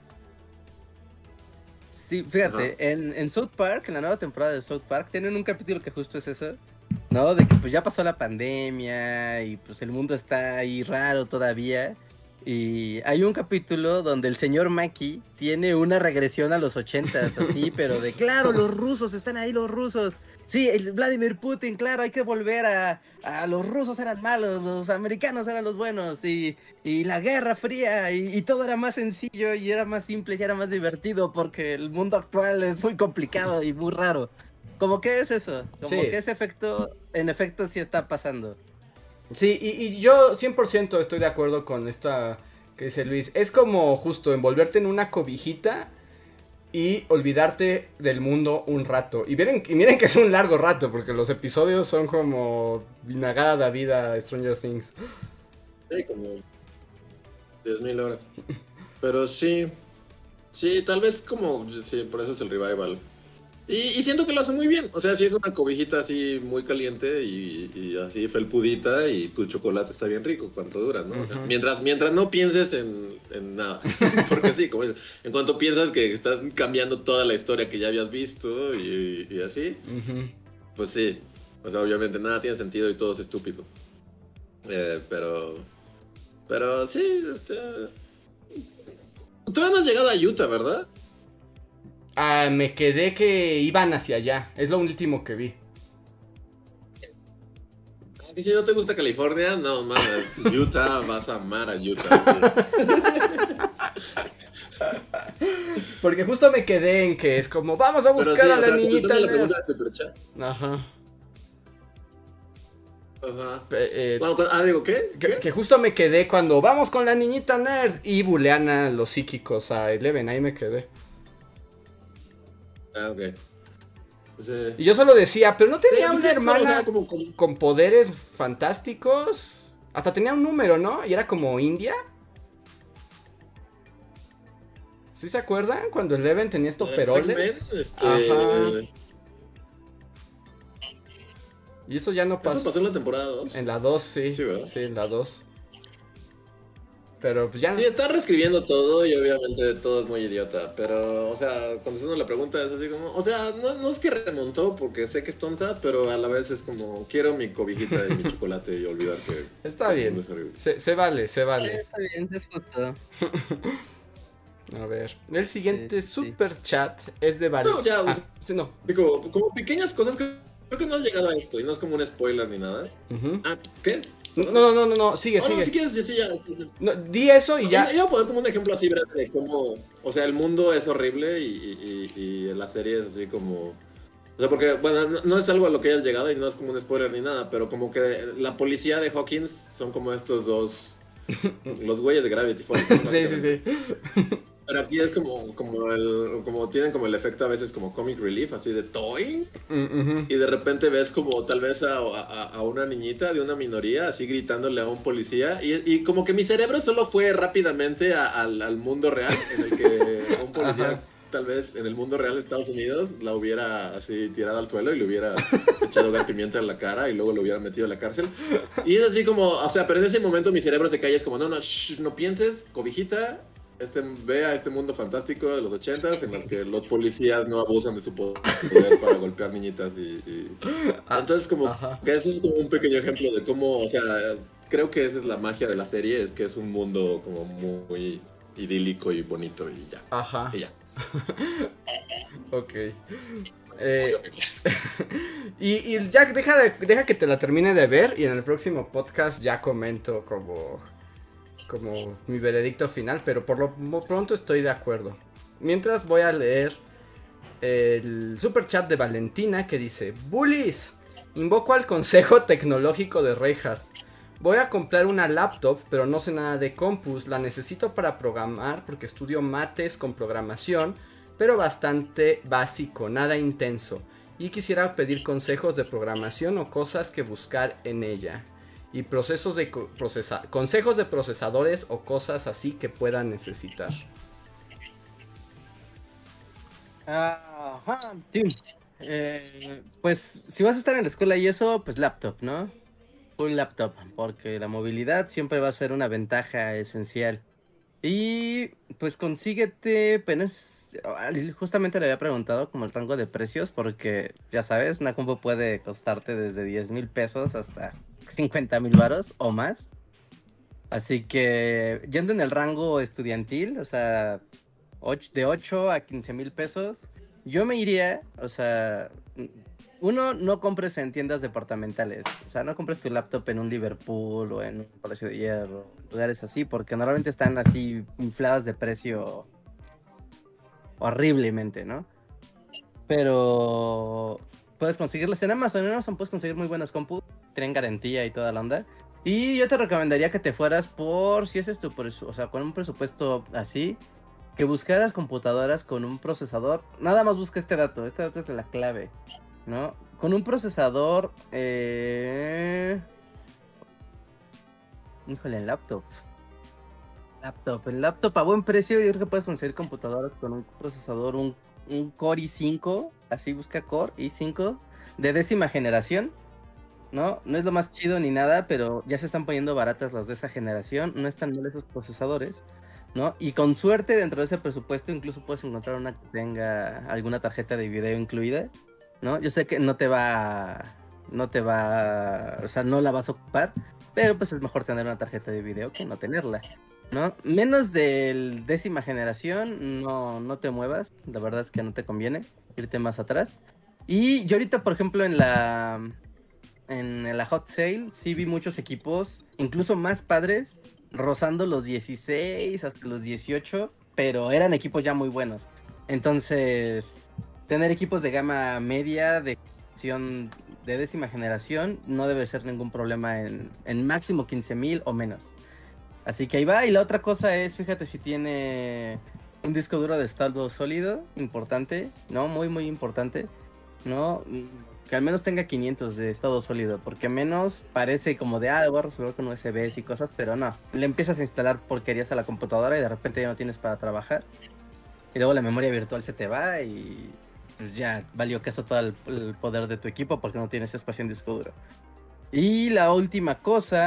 Sí, fíjate, en South Park, en la nueva temporada de South Park, tienen un capítulo que justo es eso, ¿no? De que pues ya pasó la pandemia y pues el mundo está ahí raro todavía. Y hay un capítulo donde el señor Maki tiene una regresión a los 80s, así, pero de claro, los rusos, están ahí los rusos. Sí, el Vladimir Putin, claro, hay que volver a los rusos eran malos, los americanos eran los buenos, y la Guerra Fría, y todo era más sencillo, y era más simple, y era más divertido, porque el mundo actual es muy complicado y muy raro. Como que es eso, como que ese efecto, en efecto, sí está pasando. Sí, y yo 100% estoy de acuerdo con esta que dice Luis. Es como justo envolverte en una cobijita y olvidarte del mundo un rato. Y miren que es un largo rato, porque los episodios son como vinagada vida Stranger Things. Sí, como 10,000 horas. Pero sí, tal vez como, sí, por eso es el revival. Y siento que lo hace muy bien. O sea, sí es una cobijita así muy caliente y así felpudita y tu chocolate está bien rico. ¿Cuánto dura, no? O sea, mientras no pienses en nada. Porque sí, como dices, en cuanto piensas que están cambiando toda la historia que ya habías visto y así, pues sí. O sea, obviamente nada tiene sentido y todo es estúpido. Pero sí, todavía no has llegado a Utah, ¿verdad? Me quedé que iban hacia allá. Es lo último que vi. Si no te gusta California, no mames. Utah, vas a amar a Utah. Sí. Porque justo me quedé en que es como, vamos a buscar a la niñita. La pregunta de Superchat. Ajá. Digo, ¿qué? Que justo me quedé cuando vamos con la niñita nerd y bulean a los psíquicos a Eleven. Ahí me quedé. Ok. Pues, y yo solo decía, pero no tenía una hermana como... con poderes fantásticos. Hasta tenía un número, ¿no? Y era como India. ¿Sí se acuerdan? Cuando Eleven tenía estos peroles. Ajá. Y eso ya no pasó. ¿Eso pasó en la temporada 2? En la 2, sí. Sí, ¿verdad? Sí, en la 2. Pero pues ya. Sí, están reescribiendo todo y obviamente todo es muy idiota. Pero, o sea, contestando la pregunta es así como, o sea, no es que remontó porque sé que es tonta, pero a la vez es como, quiero mi cobijita y mi chocolate y olvidar que... Está bien. Se vale. Está bien, es justo. A ver, el siguiente super chat es de Vale. No, ya, sí, no. Como pequeñas cosas que creo que no has llegado a esto y no es como un spoiler ni nada. ¿Qué? No, sigue. No, si quieres, sí, ya. No, di eso y ya. Iba a poner como un ejemplo así breve de cómo, o sea, el mundo es horrible y la serie es así como... O sea, porque, bueno, no es algo a lo que hayas llegado y no es como un spoiler ni nada, pero como que la policía de Hawkins son como estos dos, los güeyes de Gravity Falls. Sí. Pero aquí es como tienen como el efecto a veces como comic relief, así de toy. Y de repente ves como tal vez a una niñita de una minoría así gritándole a un policía. Y como que mi cerebro solo fue rápidamente al mundo real, en el que un policía tal vez en el mundo real de Estados Unidos la hubiera así tirado al suelo y le hubiera echado gas pimienta en la cara y luego lo hubiera metido a la cárcel. Y es así como, o sea, pero en ese momento mi cerebro se cae, es como, no pienses, cobijita. Ve a este mundo fantástico de los 80s en el que los policías no abusan de su poder para golpear niñitas entonces como que ese es como un pequeño ejemplo de cómo, o sea, creo que esa es la magia de la serie, es que es un mundo como muy idílico y bonito y ya. Y ya. Ok. Y Jack, deja que te la termine de ver y en el próximo podcast ya comento como mi veredicto final, pero por lo pronto estoy de acuerdo. Mientras voy a leer el super chat de Valentina que dice: Bullies, invoco al consejo tecnológico de Reinhardt. Voy a comprar una laptop, pero no sé nada de compus. La necesito para programar porque estudio mates con programación, pero bastante básico, nada intenso. Y quisiera pedir consejos de programación o cosas que buscar en ella. Y consejos de procesadores o cosas así que puedan necesitar. Sí. Pues si vas a estar en la escuela y eso, pues laptop, ¿no? Un laptop, porque la movilidad siempre va a ser una ventaja esencial. Y pues consíguete, justamente le había preguntado como el rango de precios, porque ya sabes, una compu puede costarte desde 10,000 pesos hasta 50,000 varos o más. Así que yendo en el rango estudiantil, o sea, de 8 a 15,000 pesos, yo me iría, o sea, uno, no compres en tiendas departamentales, o sea, no compres tu laptop en un Liverpool o en un Palacio de Hierro, lugares así, porque normalmente están así infladas de precio horriblemente, ¿no? Pero puedes conseguirlas en Amazon puedes conseguir muy buenas compus, tienen garantía y toda la onda. Y yo te recomendaría que te fueras si ese es o sea, con un presupuesto así, que buscaras computadoras con un procesador. Nada más busca este dato es la clave, ¿no? Con un procesador, híjole, en laptop a buen precio. Yo creo que puedes conseguir computadoras con un procesador, un Core i5, así busca Core i5 de 10ª generación, ¿no? No es lo más chido ni nada, pero ya se están poniendo baratas las de esa generación, no están mal esos procesadores, ¿no? Y con suerte dentro de ese presupuesto incluso puedes encontrar una que tenga alguna tarjeta de video incluida, ¿no? Yo sé que no te va, o sea, no la vas a ocupar, pero pues es mejor tener una tarjeta de video que no tenerla, ¿no? Menos del 10ª generación, no te muevas, la verdad es que no te conviene irte más atrás. Y yo ahorita, por ejemplo, en la hot sale, sí vi muchos equipos, incluso más padres, rozando los 16 hasta los 18, pero eran equipos ya muy buenos. Entonces, tener equipos de gama media, de 10ª generación, no debe ser ningún problema en máximo 15,000 o menos. Así que ahí va. Y la otra cosa es, fíjate si tiene un disco duro de estado sólido, importante, ¿no? Muy, muy importante, ¿no? Que al menos tenga 500 de estado sólido, porque menos parece como de, lo voy a resolver con USBs y cosas, pero no. Le empiezas a instalar porquerías a la computadora y de repente ya no tienes para trabajar. Y luego la memoria virtual se te va y pues ya valió queso todo el poder de tu equipo porque no tienes espacio en disco duro. Y la última cosa,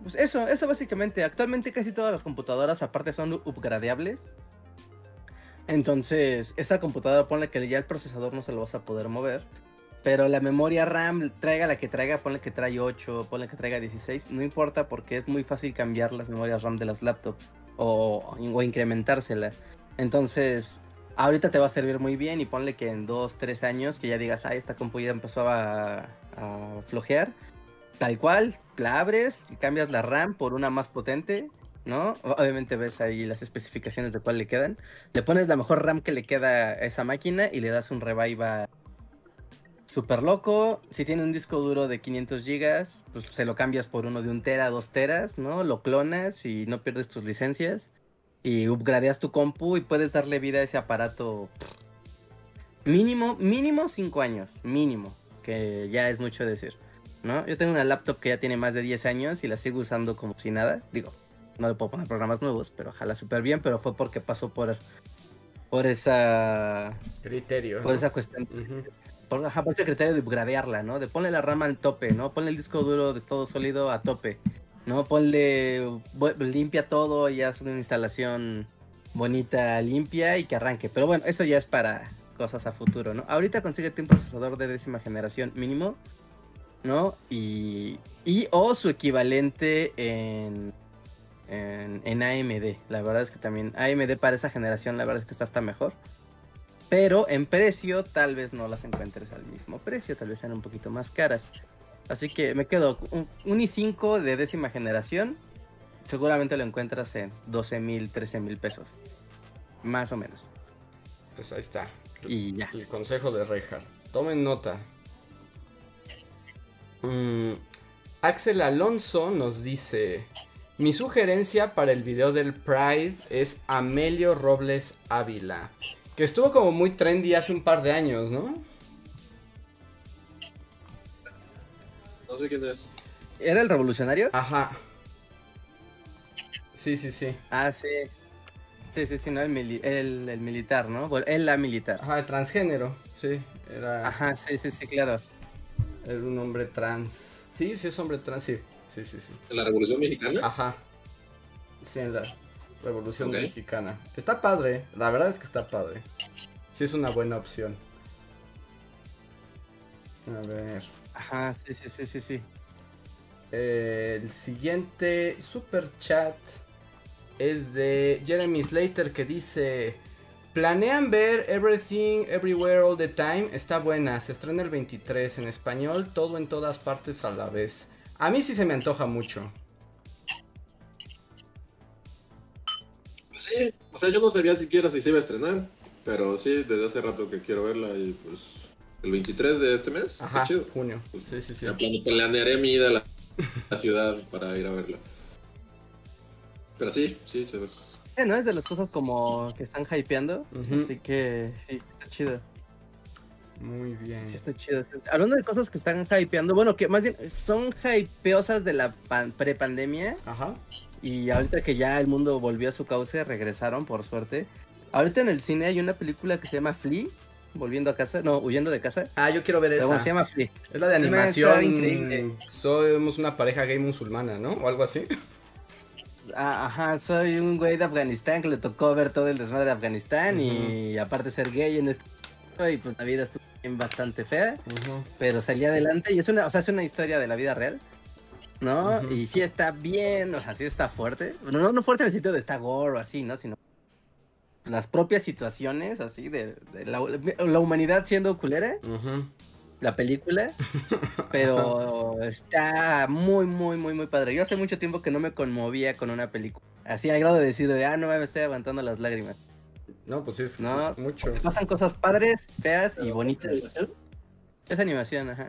pues eso básicamente. Actualmente casi todas las computadoras aparte son upgradeables. Entonces, esa computadora, ponle que ya el procesador no se lo vas a poder mover. Pero la memoria RAM, traiga la que traiga, ponle que trae 8, ponle que traiga 16. No importa porque es muy fácil cambiar las memorias RAM de las laptops o incrementársela. Entonces, ahorita te va a servir muy bien y ponle que en 2, 3 años que ya digas, esta compu ya empezó a flojear. Tal cual, la abres y cambias la RAM por una más potente, ¿no? Obviamente ves ahí las especificaciones de cuál le quedan. Le pones la mejor RAM que le queda a esa máquina y le das un revive súper loco. Si tiene un disco duro de 500 gigas, pues se lo cambias por uno de 1 tera, 2 teras, ¿no? Lo clonas y no pierdes tus licencias. Y upgradeas tu compu y puedes darle vida a ese aparato mínimo 5 años, mínimo, que ya es mucho decir, ¿no? Yo tengo una laptop que ya tiene más de 10 años y la sigo usando como si nada. Digo, no le puedo poner programas nuevos, pero ojalá súper bien, pero fue porque pasó por esa... criterio, por ¿no? esa cuestión. Por ese criterio de upgradearla, ¿no? De ponle la RAM al tope, ¿no? Ponle el disco duro de estado sólido a tope, ¿no? Limpia todo y haz una instalación bonita, limpia y que arranque. Pero bueno, eso ya es para cosas a futuro, ¿no? Ahorita consíguete un procesador de 10ª generación mínimo, ¿no? O su equivalente en AMD. La verdad es que también AMD para esa generación, la verdad es que está hasta mejor. Pero en precio tal vez no las encuentres al mismo precio, tal vez sean un poquito más caras. Así que me quedo un i5 de 10ª generación. Seguramente lo encuentras en 12,000, 13,000 pesos. Más o menos. Pues ahí está. Y ya. El consejo de Reinhardt. Tomen nota. Axel Alonso nos dice: mi sugerencia para el video del Pride es Amelio Robles Ávila, que estuvo como muy trendy hace un par de años, ¿no? No sé quién es. ¿Era el revolucionario? Ajá. Sí. Ah, sí. Sí, no, el militar, ¿no? Bueno, la militar. Ajá, el transgénero, sí. Ajá, sí, claro. Era un hombre trans. Sí, es hombre trans, sí. ¿En la Revolución Mexicana? Ajá. Sí, en la Revolución Mexicana. Está padre, la verdad es que está padre. Sí, es una buena opción. A ver. Ajá, sí. El siguiente super chat es de Jeremy Slater, que dice: ¿planean ver Everything Everywhere All the Time? Está buena, se estrena el 23 en español, todo en todas partes a la vez. A mí sí se me antoja mucho. Sí, o sea, yo no sabía siquiera si se iba a estrenar, pero sí, desde hace rato que quiero verla y pues el 23 de este mes. Ajá, chido. junio. Pues, Sí. ya planearé mi ida a la ciudad para ir a verla. Pero sí, se ve. No es de las cosas como que están hypeando, Uh-huh. Así que sí, está chido. Muy bien. Sí, está chido. Hablando de cosas que están hypeando, bueno, que más bien son hypeosas de la pre-pandemia. Ajá. Y ahorita que ya el mundo volvió a su cauce, regresaron, por suerte. Ahorita en el cine hay una película que se llama Flea, huyendo de casa. Ah, yo quiero ver Pero esa. bueno, se llama Flea. Es la de Está animación. increíble. Somos una pareja gay musulmana, ¿no? O algo así. Ajá, soy un güey de Afganistán que le tocó ver todo el desmadre de Afganistán. Uh-huh. Y aparte ser gay en este... Y pues la vida estuvo bastante fea. Uh-huh. Pero salí adelante y es una historia de la vida real, ¿no? Uh-huh. Y sí está bien, o sea, sí está fuerte. No fuerte en el sitio de está gore o así, ¿no? Sino las propias situaciones, así, de la humanidad siendo culera, Uh-huh. la película. Pero está muy, muy, muy, muy padre. Yo hace mucho tiempo que no me conmovía con una película. Así al grado de decir no me estoy aguantando las lágrimas. No, pues es No, mucho. pasan cosas padres, feas y bonitas. Es animación, ajá.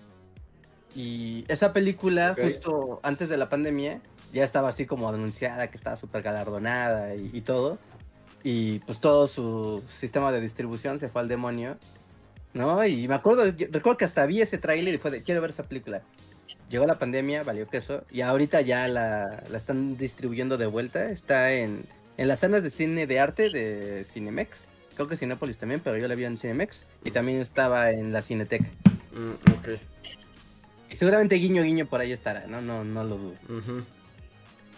Y esa película, justo antes de la pandemia, ya estaba así como anunciada, que estaba súper galardonada y todo. Y pues todo su sistema de distribución se fue al demonio, ¿no? Y recuerdo que hasta vi ese tráiler y fue de, quiero ver esa película. Llegó la pandemia, valió queso, y ahorita ya la están distribuyendo de vuelta. Está en las salas de cine de arte de Cinemex. Creo que Cinépolis también, pero yo la vi en Cinemex. Y también estaba en la Cineteca. Ok. Y seguramente guiño por ahí estará, no lo dudo. Uh-huh.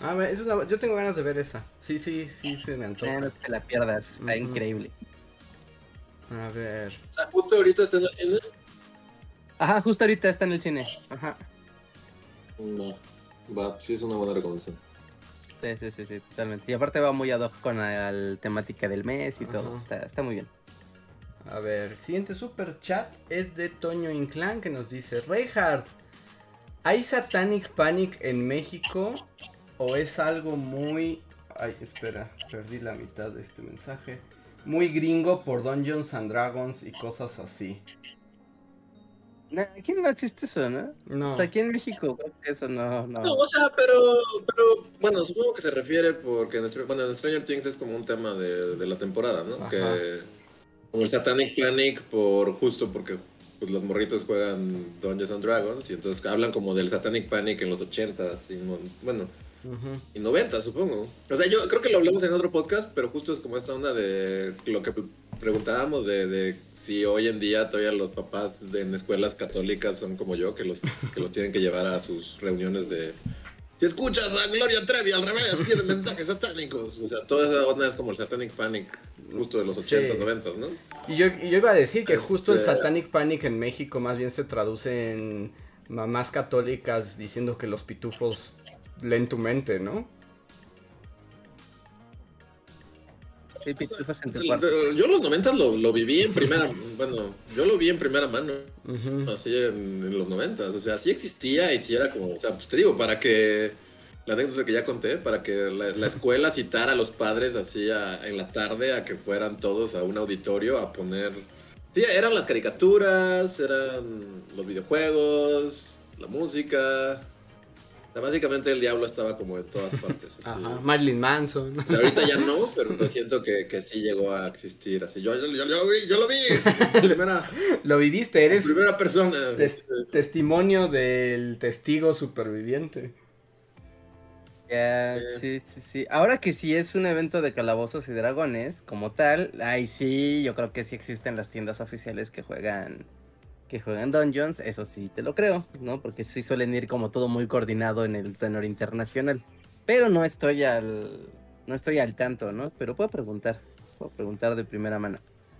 Yo tengo ganas de ver esa. Sí, se me antoja. No te la pierdas, está increíble. A ver. O sea, justo ahorita está en el cine. Ajá, justo ahorita está en el cine. Ajá. No, sí es una buena recomendación. Sí, totalmente. Y aparte va muy ad hoc con la temática del mes y todo. Está muy bien. A ver, siguiente super chat es de Toño Inclán que nos dice: Reinhardt, ¿hay Satanic Panic en México o es algo muy... Ay, espera, perdí la mitad de este mensaje. Muy gringo por Dungeons and Dragons y cosas así? No, aquí no existe eso, ¿no? No. O sea, aquí en México creo que eso no. No, o sea, pero bueno, supongo que se refiere porque en Stranger Things es como un tema de la temporada, ¿no? Ajá. Que como el Satanic Panic justo porque pues, los morritos juegan Dungeons and Dragons y entonces hablan como del Satanic Panic en los 80s y 90, supongo. O sea, yo creo que lo hablamos en otro podcast, pero justo es como esta onda de lo que preguntábamos de si hoy en día todavía los papás en escuelas católicas son como yo, que los tienen que llevar a sus reuniones de... Si escuchas a Gloria Trevi al revés, tiene mensajes satánicos. O sea, toda esa onda es como el Satanic Panic justo de los 80s, 90s, ¿no? Y yo iba a decir que justo el Satanic Panic en México más bien se traduce en mamás católicas diciendo que los pitufos leen tu mente, ¿no? Sí, pitufos en tu cuarto. Yo los 90s lo viví en primera... Bueno, yo lo vi en primera mano. Así en los 90s. O sea, sí existía y sí era como... O sea, pues te digo, para que... La anécdota que ya conté, para que la escuela citara a los padres así en la tarde a que fueran todos a un auditorio a poner... Sí, eran las caricaturas, eran los videojuegos, la música... O sea, básicamente el diablo estaba como en todas partes. Así. Ajá, Marilyn Manson. O sea, ahorita ya no, pero siento que sí llegó a existir. Así, yo lo vi. Lo viviste, eres primera persona. Testimonio del testigo superviviente. Sí. Ahora que sí es un evento de calabozos y dragones, como tal, ahí sí, yo creo que sí existen las tiendas oficiales que juegan Dungeons, eso sí te lo creo, ¿no? Porque sí suelen ir como todo muy coordinado en el tenor internacional. Pero no estoy al tanto, ¿no? Pero puedo preguntar de primera mano.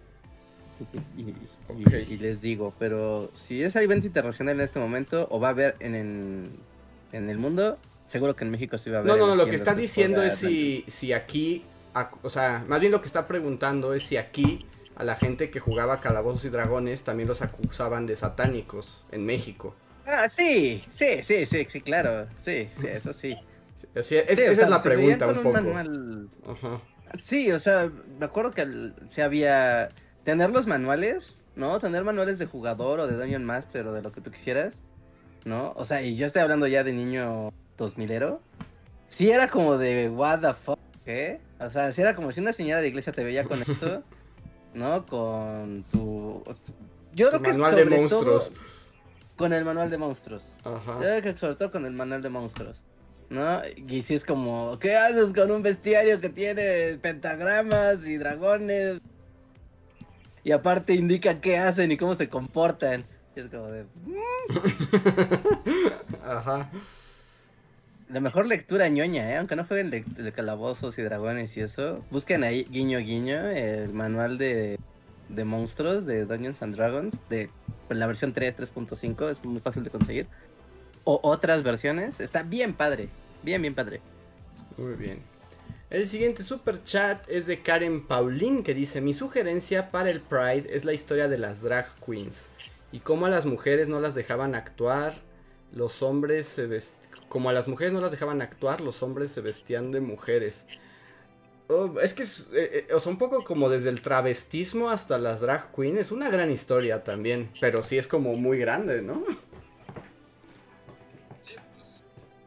Y les digo, pero si es evento internacional en este momento, o va a haber en el mundo, seguro que en México sí va a haber. No, lo que está diciendo es si aquí, o sea, más bien lo que está preguntando es si aquí a la gente que jugaba Calabozos y Dragones también los acusaban de satánicos en México. Ah, sí, claro, sí, eso sí. O sea, esa es la pregunta un poco. Ajá. Sí, o sea, me acuerdo que había tener los manuales, ¿no? Tener manuales de jugador o de Dungeon Master o de lo que tú quisieras, ¿no? O sea, y yo estoy hablando ya de niño 2000ero. Sí era como de what the fuck, ¿qué? O sea, sí era como si una señora de iglesia te veía con esto, ¿no? Con tu... Yo creo que manual de monstruos. Con el manual de monstruos. Ajá. Yo creo que sobre todo con el manual de monstruos, ¿no? Y si es como, ¿qué haces con un bestiario que tiene pentagramas y dragones? Y aparte indica qué hacen y cómo se comportan. Y es como de... Ajá. La mejor lectura ñoña, aunque no jueguen de calabozos y dragones y eso, busquen ahí guiño el manual de monstruos de Dungeons and Dragons de la versión 3.5, es muy fácil de conseguir. O otras versiones, está bien padre, bien padre. Muy bien. El siguiente super chat es de Karen Paulín que dice: mi sugerencia para el Pride es la historia de las drag queens y cómo a las mujeres no las dejaban actuar, los hombres como a las mujeres no las dejaban actuar, los hombres se vestían de mujeres. Es que o sea, un poco como desde el travestismo hasta las drag queens, es una gran historia también, pero sí es como muy grande, ¿no? Sí, pues,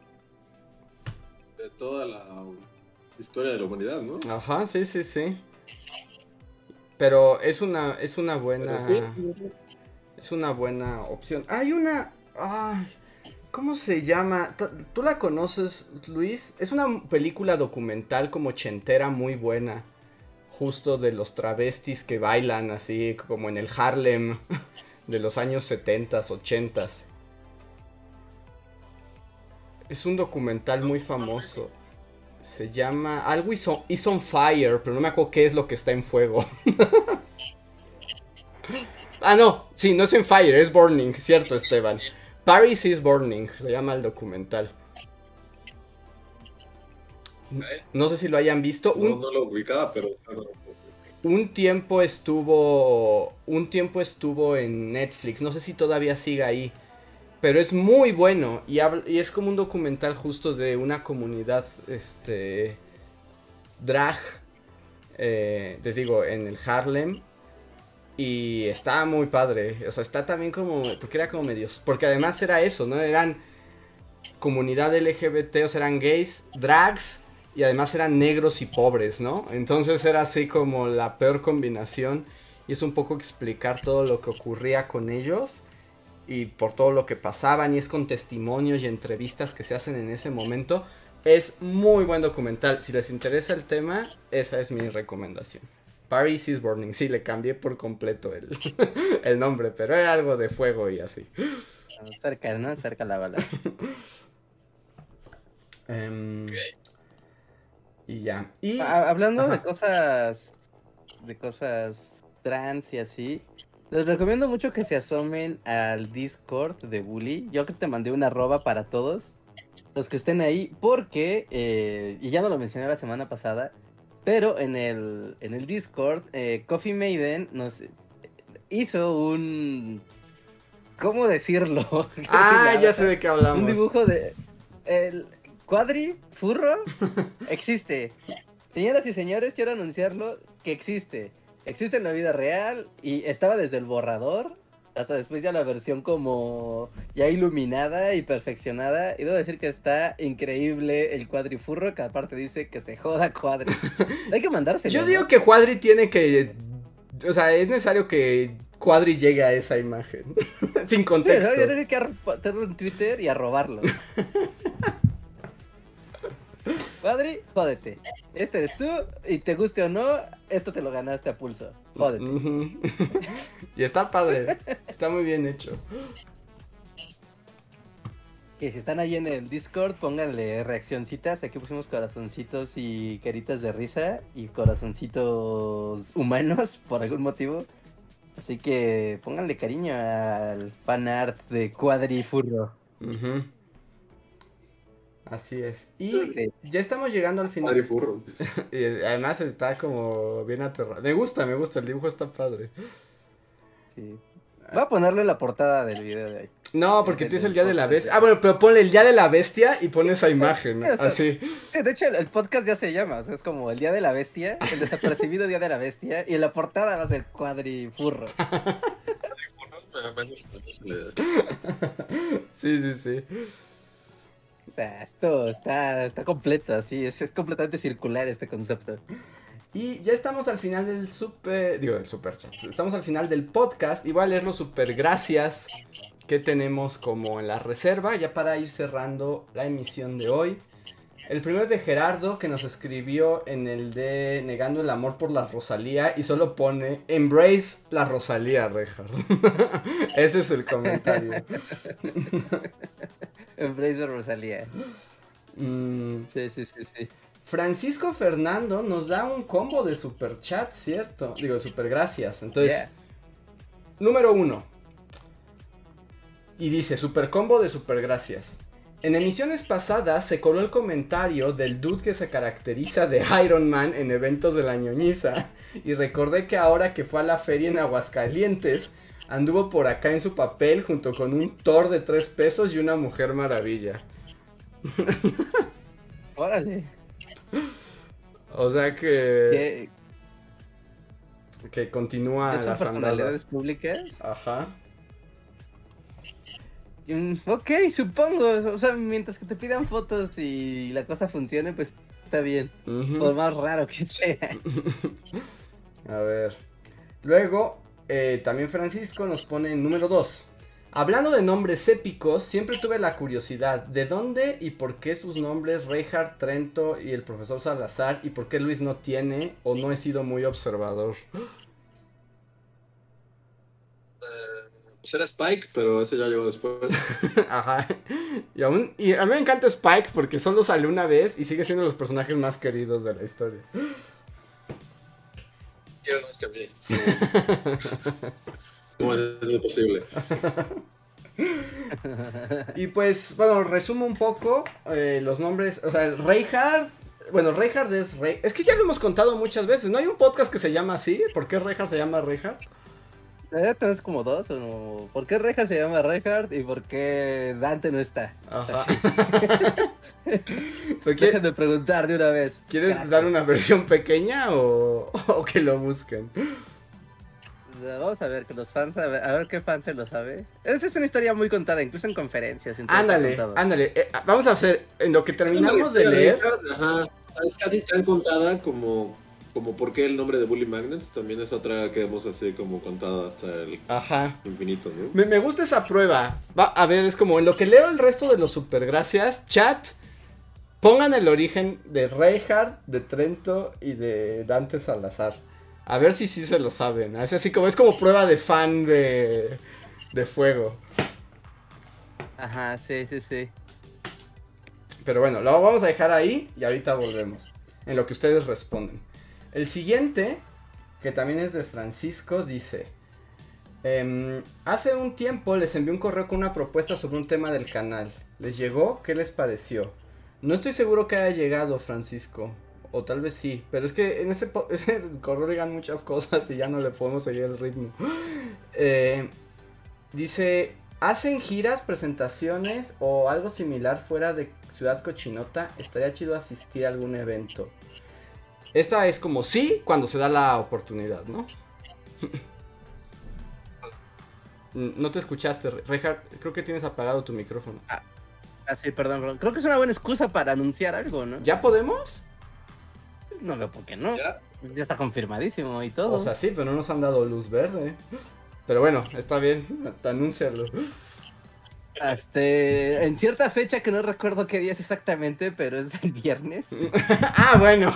de toda la historia de la humanidad, ¿no? Ajá, sí. Pero es una buena... Es una buena opción. Hay una... Ay, ¿cómo se llama? ¿Tú la conoces, Luis? Es una película documental como ochentera muy buena. Justo de los travestis que bailan así como en el Harlem de los años 70s, 80s. Es un documental muy famoso. Se llama... Algo is on fire, pero no me acuerdo qué es lo que está en fuego. Ah, no. Sí, no es en fire, es burning. Cierto, Esteban. Paris is burning. Se llama el documental. No sé si lo hayan visto. No lo ubicaba, pero... Un tiempo estuvo en Netflix. No sé si todavía sigue ahí. Pero es muy bueno. Y es como un documental justo de una comunidad drag. Les digo, en el Harlem. Y está muy padre. O sea, está también como... Porque era como medios... Porque además era eso, ¿no? Eran comunidad LGBT, o sea, eran gays, drags... Y además eran negros y pobres, ¿no? Entonces era así como la peor combinación. Y es un poco explicar todo lo que ocurría con ellos. Y por todo lo que pasaban. Y es con testimonios y entrevistas que se hacen en ese momento. Es muy buen documental. Si les interesa el tema, esa es mi recomendación. Paris is Burning. Sí, le cambié por completo el nombre. Pero era algo de fuego y así. Cerca, ¿no? Cerca la bala. Okay. Y ya. Y hablando de cosas trans y así, les recomiendo mucho que se asomen al Discord de Bully. Yo creo que te mandé una arroba para todos los que estén ahí, porque, y ya no lo mencioné la semana pasada, pero en el Discord, Coffee Maiden nos hizo un... ¿Cómo decirlo? Ya sé de qué hablamos. Un dibujo de... El Quadri Furro existe. Señoras y señores, quiero anunciarlo que existe. Existe en la vida real y estaba desde el borrador hasta después ya la versión como ya iluminada y perfeccionada. Y debo decir que está increíble el Cuadrifurro, que aparte dice que se joda Cuadri. Hay que mandárselo. Yo digo que Cuadri tiene que... O sea, es necesario que Cuadri llegue a esa imagen. Sin contexto. Sí, ¿no? Yo creo que meterlo en Twitter y arrobarlo. Cuadri, jódete. Este eres tú, y te guste o no, esto te lo ganaste a pulso. Jódete. Y está padre. Está muy bien hecho. Y si están ahí en el Discord, pónganle reaccioncitas. Aquí pusimos corazoncitos y caritas de risa y corazoncitos humanos por algún motivo. Así que pónganle cariño al fanart de Cuadrifurro. Así es. Y ya estamos llegando al final. Cuadrifurro. Y además está como bien aterrado. Me gusta, el dibujo está padre. Sí. Voy a ponerle la portada del video de hoy. No, porque tienes el Día de la Bestia. Ah, bueno, pero ponle el Día de la Bestia y pon esa imagen, Sí, o sea, así. De hecho, el podcast ya se llama, o sea, es como el Día de la Bestia, el desapercibido Día de la Bestia, y en la portada va a ser Cuadrifurro. Sí. O sea, esto está completo, así, es completamente circular este concepto. Y ya estamos al final del super chat. Estamos al final del podcast y voy a leer los super gracias que tenemos como en la reserva, ya para ir cerrando la emisión de hoy. El primero es de Gerardo, que nos escribió en el de Negando el amor por la Rosalía y solo pone Embrace la Rosalía, Reinhardt. Ese es el comentario. Embrace la Rosalía. Sí. Francisco Fernando nos da un combo de super chat, ¿cierto? Digo, super gracias. Entonces, Número 1. Y dice, super combo de super gracias. En emisiones pasadas se coló el comentario del dude que se caracteriza de Iron Man en eventos de la ñoñiza. Y recordé que ahora que fue a la feria en Aguascalientes, anduvo por acá en su papel junto con un Thor de 3 pesos y una Mujer Maravilla. Órale. O sea que continúa ¿Son las personalidades andadas públicas? Ajá. Ok, supongo. O sea, mientras que te pidan fotos y la cosa funcione, pues está bien. Por más raro que sea. A ver. Luego, también Francisco nos pone en número 2. Hablando de nombres épicos, siempre tuve la curiosidad de dónde y por qué sus nombres Reinhardt, Trento y el profesor Salazar, y por qué Luis no tiene o no he sido muy observador. Pues era Spike, pero ese ya llegó después. Ajá. Y a mí me encanta Spike porque solo salió una vez y sigue siendo los personajes más queridos de la historia. Quiero más que a mí. ¿Cómo es eso posible? Y pues, bueno, resumo un poco los nombres. O sea, Reinhardt. Bueno, Reinhardt es Rey. Es que ya lo hemos contado muchas veces. ¿No hay un podcast que se llama así? ¿Por qué Reinhardt se llama Reinhardt? ¿Tenés como dos o no? ¿Por qué Reinhardt se llama Reinhardt y por qué Dante no está? Ajá. Dejen de preguntar de una vez. ¿Quieres dar una versión pequeña o que lo busquen? Vamos a ver que los fans, a ver qué fan se lo sabe. Esta es una historia muy contada, incluso en conferencias. Ándale. Vamos a hacer, en lo que terminamos de leer. Ajá, es casi tan contada como por qué el nombre de Bully Magnets. También es otra que hemos así como contado hasta el infinito, ¿no? Me gusta esa prueba. A ver, es como en lo que leo el resto de los supergracias, chat, pongan el origen de Reinhardt, de Trento y de Dante Salazar. A ver si sí se lo saben. Es así como, es como prueba de fan de fuego. Ajá, sí. Pero bueno, lo vamos a dejar ahí y ahorita volvemos. En lo que ustedes responden. El siguiente, que también es de Francisco, dice: hace un tiempo les envié un correo con una propuesta sobre un tema del canal. ¿Les llegó? ¿Qué les pareció? No estoy seguro que haya llegado, Francisco. O tal vez sí, pero es que en ese correo llegan muchas cosas y ya no le podemos seguir el ritmo. Dice: ¿hacen giras, presentaciones o algo similar fuera de Ciudad Cochinota? Estaría chido asistir a algún evento. Esta es como sí, cuando se da la oportunidad, ¿no? No te escuchaste, Reinhardt, creo que tienes apagado tu micrófono. Sí, perdón. Creo que es una buena excusa para anunciar algo, ¿no? ¿Ya podemos? No veo por qué no. ¿Ya? Ya está confirmadísimo y todo. O sea, sí, pero no nos han dado luz verde. Pero bueno, está bien, anúncialo. En cierta fecha que no recuerdo qué día es exactamente, pero es el viernes. Bueno.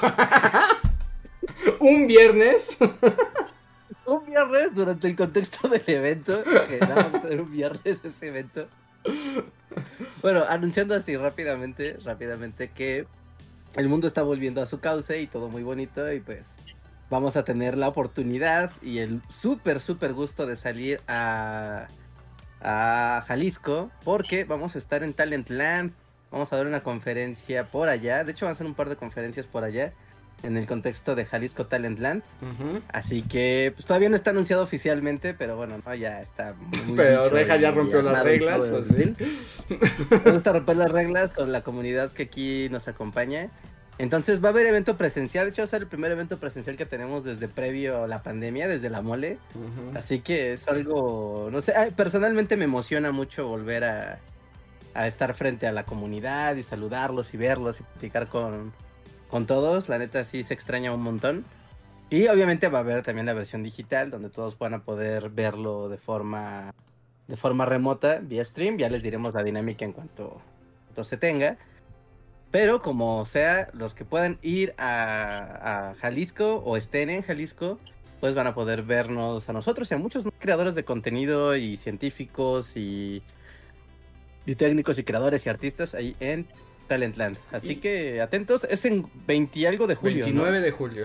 Un viernes. Un viernes durante el contexto del evento. Que vamos a tener un viernes ese evento. Bueno, anunciando así rápidamente que el mundo está volviendo a su cauce y todo muy bonito, y pues vamos a tener la oportunidad y el súper gusto de salir a Jalisco, porque vamos a estar en Talentland. Vamos a dar una conferencia por allá. De hecho, van a hacer un par de conferencias por allá en el contexto de Jalisco Talentland. Así que pues todavía no está anunciado oficialmente, pero bueno, no, ya está muy pero Reja ya rompió las reglas. Me gusta romper las reglas con la comunidad que aquí nos acompaña. Entonces va a haber evento presencial. De hecho, va a ser el primer evento presencial que tenemos desde previo a la pandemia, desde la mole. Así que es algo, no sé, personalmente me emociona mucho volver a estar frente a la comunidad y saludarlos y verlos y platicar con todos. La neta sí se extraña un montón. Y obviamente va a haber también la versión digital donde todos van a poder verlo de forma remota vía stream. Ya les diremos la dinámica en cuanto se tenga. Pero como sea, los que puedan ir a Jalisco o estén en Jalisco, pues van a poder vernos a nosotros y a muchos creadores de contenido y científicos y técnicos y creadores y artistas ahí en Talentland. Así que atentos, es en 20 y algo de julio. 29 ¿no? de julio.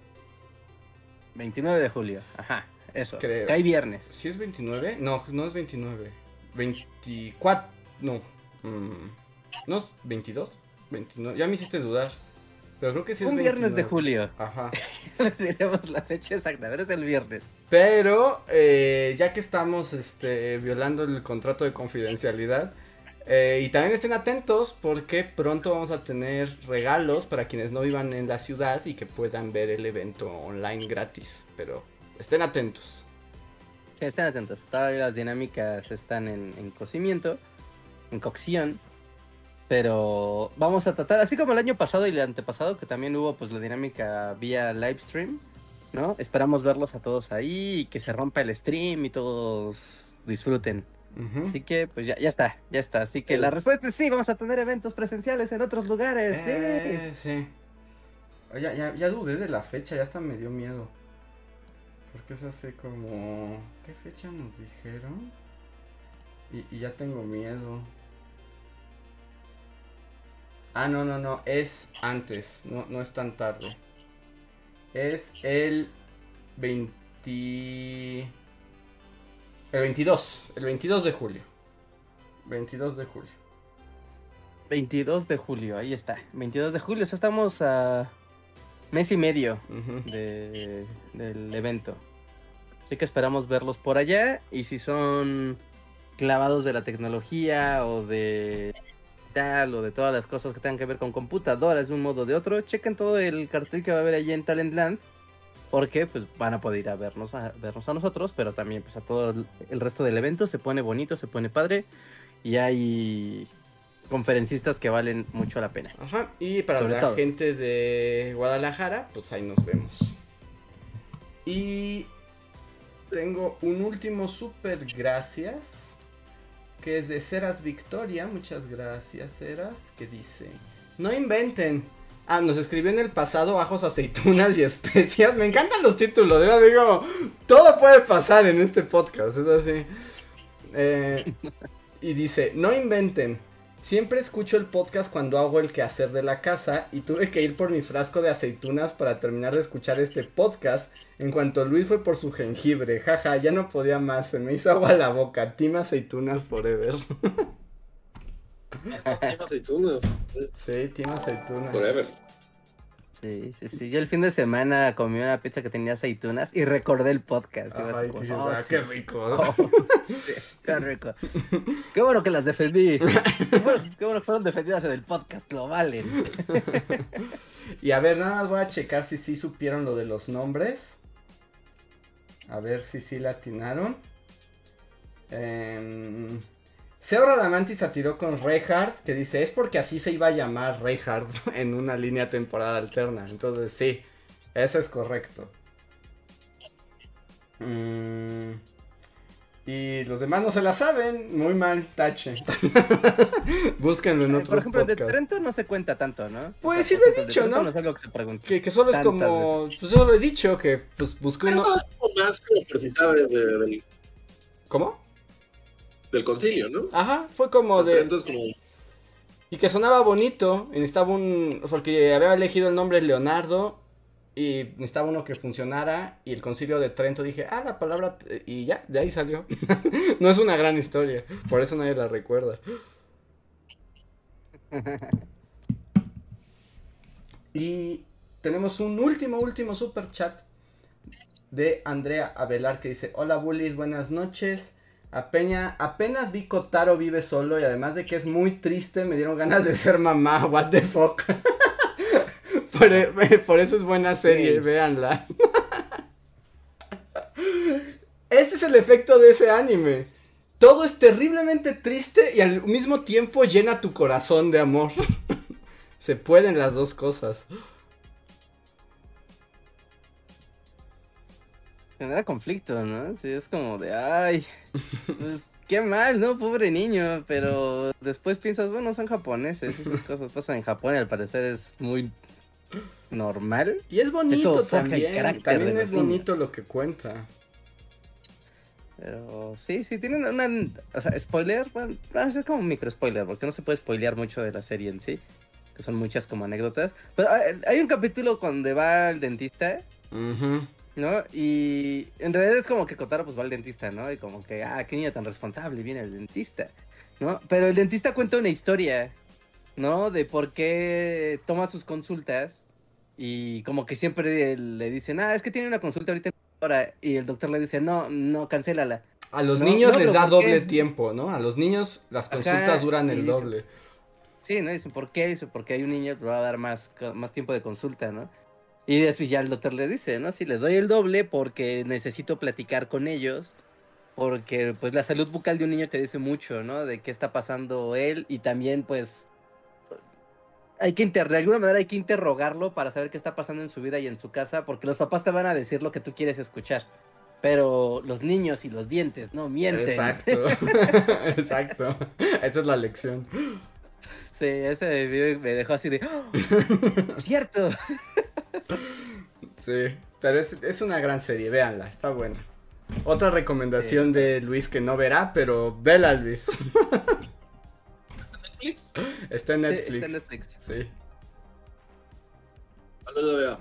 29 de julio, ajá, eso. Creo. Cae viernes. ¿Sí es 29? No, no es 29. 24, no. ¿No es 22? 29, ya me hiciste dudar. Pero creo que sí es un 29. Viernes de julio. Ajá. Les diremos la fecha exacta, pero es el viernes. Pero, ya que estamos violando el contrato de confidencialidad, y también estén atentos porque pronto vamos a tener regalos para quienes no vivan en la ciudad y que puedan ver el evento online gratis. Pero estén atentos. Sí, estén atentos. Todas las dinámicas están en cocimiento, en cocción. Pero vamos a tratar, así como el año pasado y el antepasado, que también hubo pues la dinámica vía live stream, ¿no? Esperamos verlos a todos ahí y que se rompa el stream y todos disfruten. Así que pues ya está. Así que la respuesta es sí, vamos a tener eventos presenciales en otros lugares. Sí. Ya dudé de la fecha, ya hasta me dio miedo. Porque es así como... ¿Qué fecha nos dijeron? Y ya tengo miedo. Ah, no, es antes, no es tan tarde. Es el 22 de julio. 22 de julio. 22 de julio, ahí está. 22 de julio, o sea, estamos a mes y medio del evento. Así que esperamos verlos por allá. Y si son clavados de la tecnología o de tal o de todas las cosas que tengan que ver con computadoras de un modo o de otro, chequen todo el cartel que va a haber allí en Talentland. Porque pues van a poder ir a vernos a nosotros, pero también pues a todo el resto del evento. Se pone bonito, se pone padre. Y hay conferencistas que valen mucho la pena. Ajá, y para la gente de Guadalajara, pues ahí nos vemos. Y tengo un último súper gracias, que es de Ceras Victoria. Muchas gracias, Ceras, que dice: no inventen. Ah, nos escribió en el pasado ajos, aceitunas y especias. Me encantan los títulos, yo digo, todo puede pasar en este podcast, es así. Y dice: no inventen. Siempre escucho el podcast cuando hago el quehacer de la casa y tuve que ir por mi frasco de aceitunas para terminar de escuchar este podcast. En cuanto Luis fue por su jengibre, jaja, ya no podía más, se me hizo agua la boca. Team aceitunas forever. Team aceitunas. Sí, Team aceitunas. Forever. Sí. Yo el fin de semana comí una pizza que tenía aceitunas y recordé el podcast. Ay, qué rico. Sí, qué rico. Qué bueno que las defendí. Qué bueno que fueron defendidas en el podcast, lo valen. Y a ver, nada más voy a checar si sí supieron lo de los nombres. A ver si sí la atinaron. Seo Radamanti se tiró con Reinhardt, que dice: es porque así se iba a llamar Reinhardt en una línea temporal alterna. Entonces sí, eso es correcto. Y los demás no se la saben. Muy mal, tache. Búsquenlo en otros Por ejemplo, podcasts. de Trento no se cuenta tanto, ¿no? Pues sí lo he dicho, ¿no? No es algo que se pregunta. Que solo es como... Pues yo lo he dicho, que pues busqué uno... Es como más como precisaba del ¿Cómo? concilio, ¿no? Ajá, fue como de... Trento es como... Y que sonaba bonito, y necesitaba un... Porque había elegido el nombre Leonardo, y necesitaba uno que funcionara, y el concilio de Trento dije, la palabra... Y ya, de ahí salió. No es una gran historia, por eso nadie la recuerda. Y tenemos un último super chat de Andrea Avelar que dice: hola bullies, buenas noches. Apenas vi Kotaro vive solo y además de que es muy triste me dieron ganas de ser mamá, what the fuck. Por eso es buena serie, véanla. Este es el efecto de ese anime. Todo es terriblemente triste y al mismo tiempo llena tu corazón de amor. Se pueden las dos cosas. Genera conflicto, ¿no? Sí, es como de, ay, pues qué mal, ¿no? Pobre niño, pero después piensas, bueno, son japoneses, esas cosas pasan en Japón y al parecer es muy normal. Y es bonito también es bonito niños. Lo que cuenta. Pero sí, tienen una, o sea, spoiler, bueno, es como un micro spoiler, porque no se puede spoilear mucho de la serie en sí, que son muchas como anécdotas, pero hay un capítulo donde va al dentista, ¿no? Y en realidad es como que Kotaro pues va al dentista, ¿no? Y como que, qué niño tan responsable, viene el dentista, ¿no? Pero el dentista cuenta una historia, ¿no? De por qué toma sus consultas y como que siempre le dicen, es que tiene una consulta ahorita y el doctor le dice, no, cancélala. A los niños les da doble tiempo, ¿no? A los niños las consultas duran el doble. Sí, ¿no? Dicen, ¿por qué? Dice, porque hay un niño que va a dar más tiempo de consulta, ¿no? Y después ya el doctor le dice, ¿no? Sí, les doy el doble porque necesito platicar con ellos, porque pues la salud bucal de un niño te dice mucho, ¿no? De qué está pasando él y también pues de alguna manera hay que interrogarlo para saber qué está pasando en su vida y en su casa, porque los papás te van a decir lo que tú quieres escuchar, pero los niños y los dientes no mienten. Exacto, esa es la lección. Sí, ese video me dejó así de, ¡cierto! Sí, pero es una gran serie, véanla, está buena. Otra recomendación de Luis que no verá, pero vela, Luis. ¿Netflix? Está en Netflix. Sí, está en Netflix. Sí. No lo veo.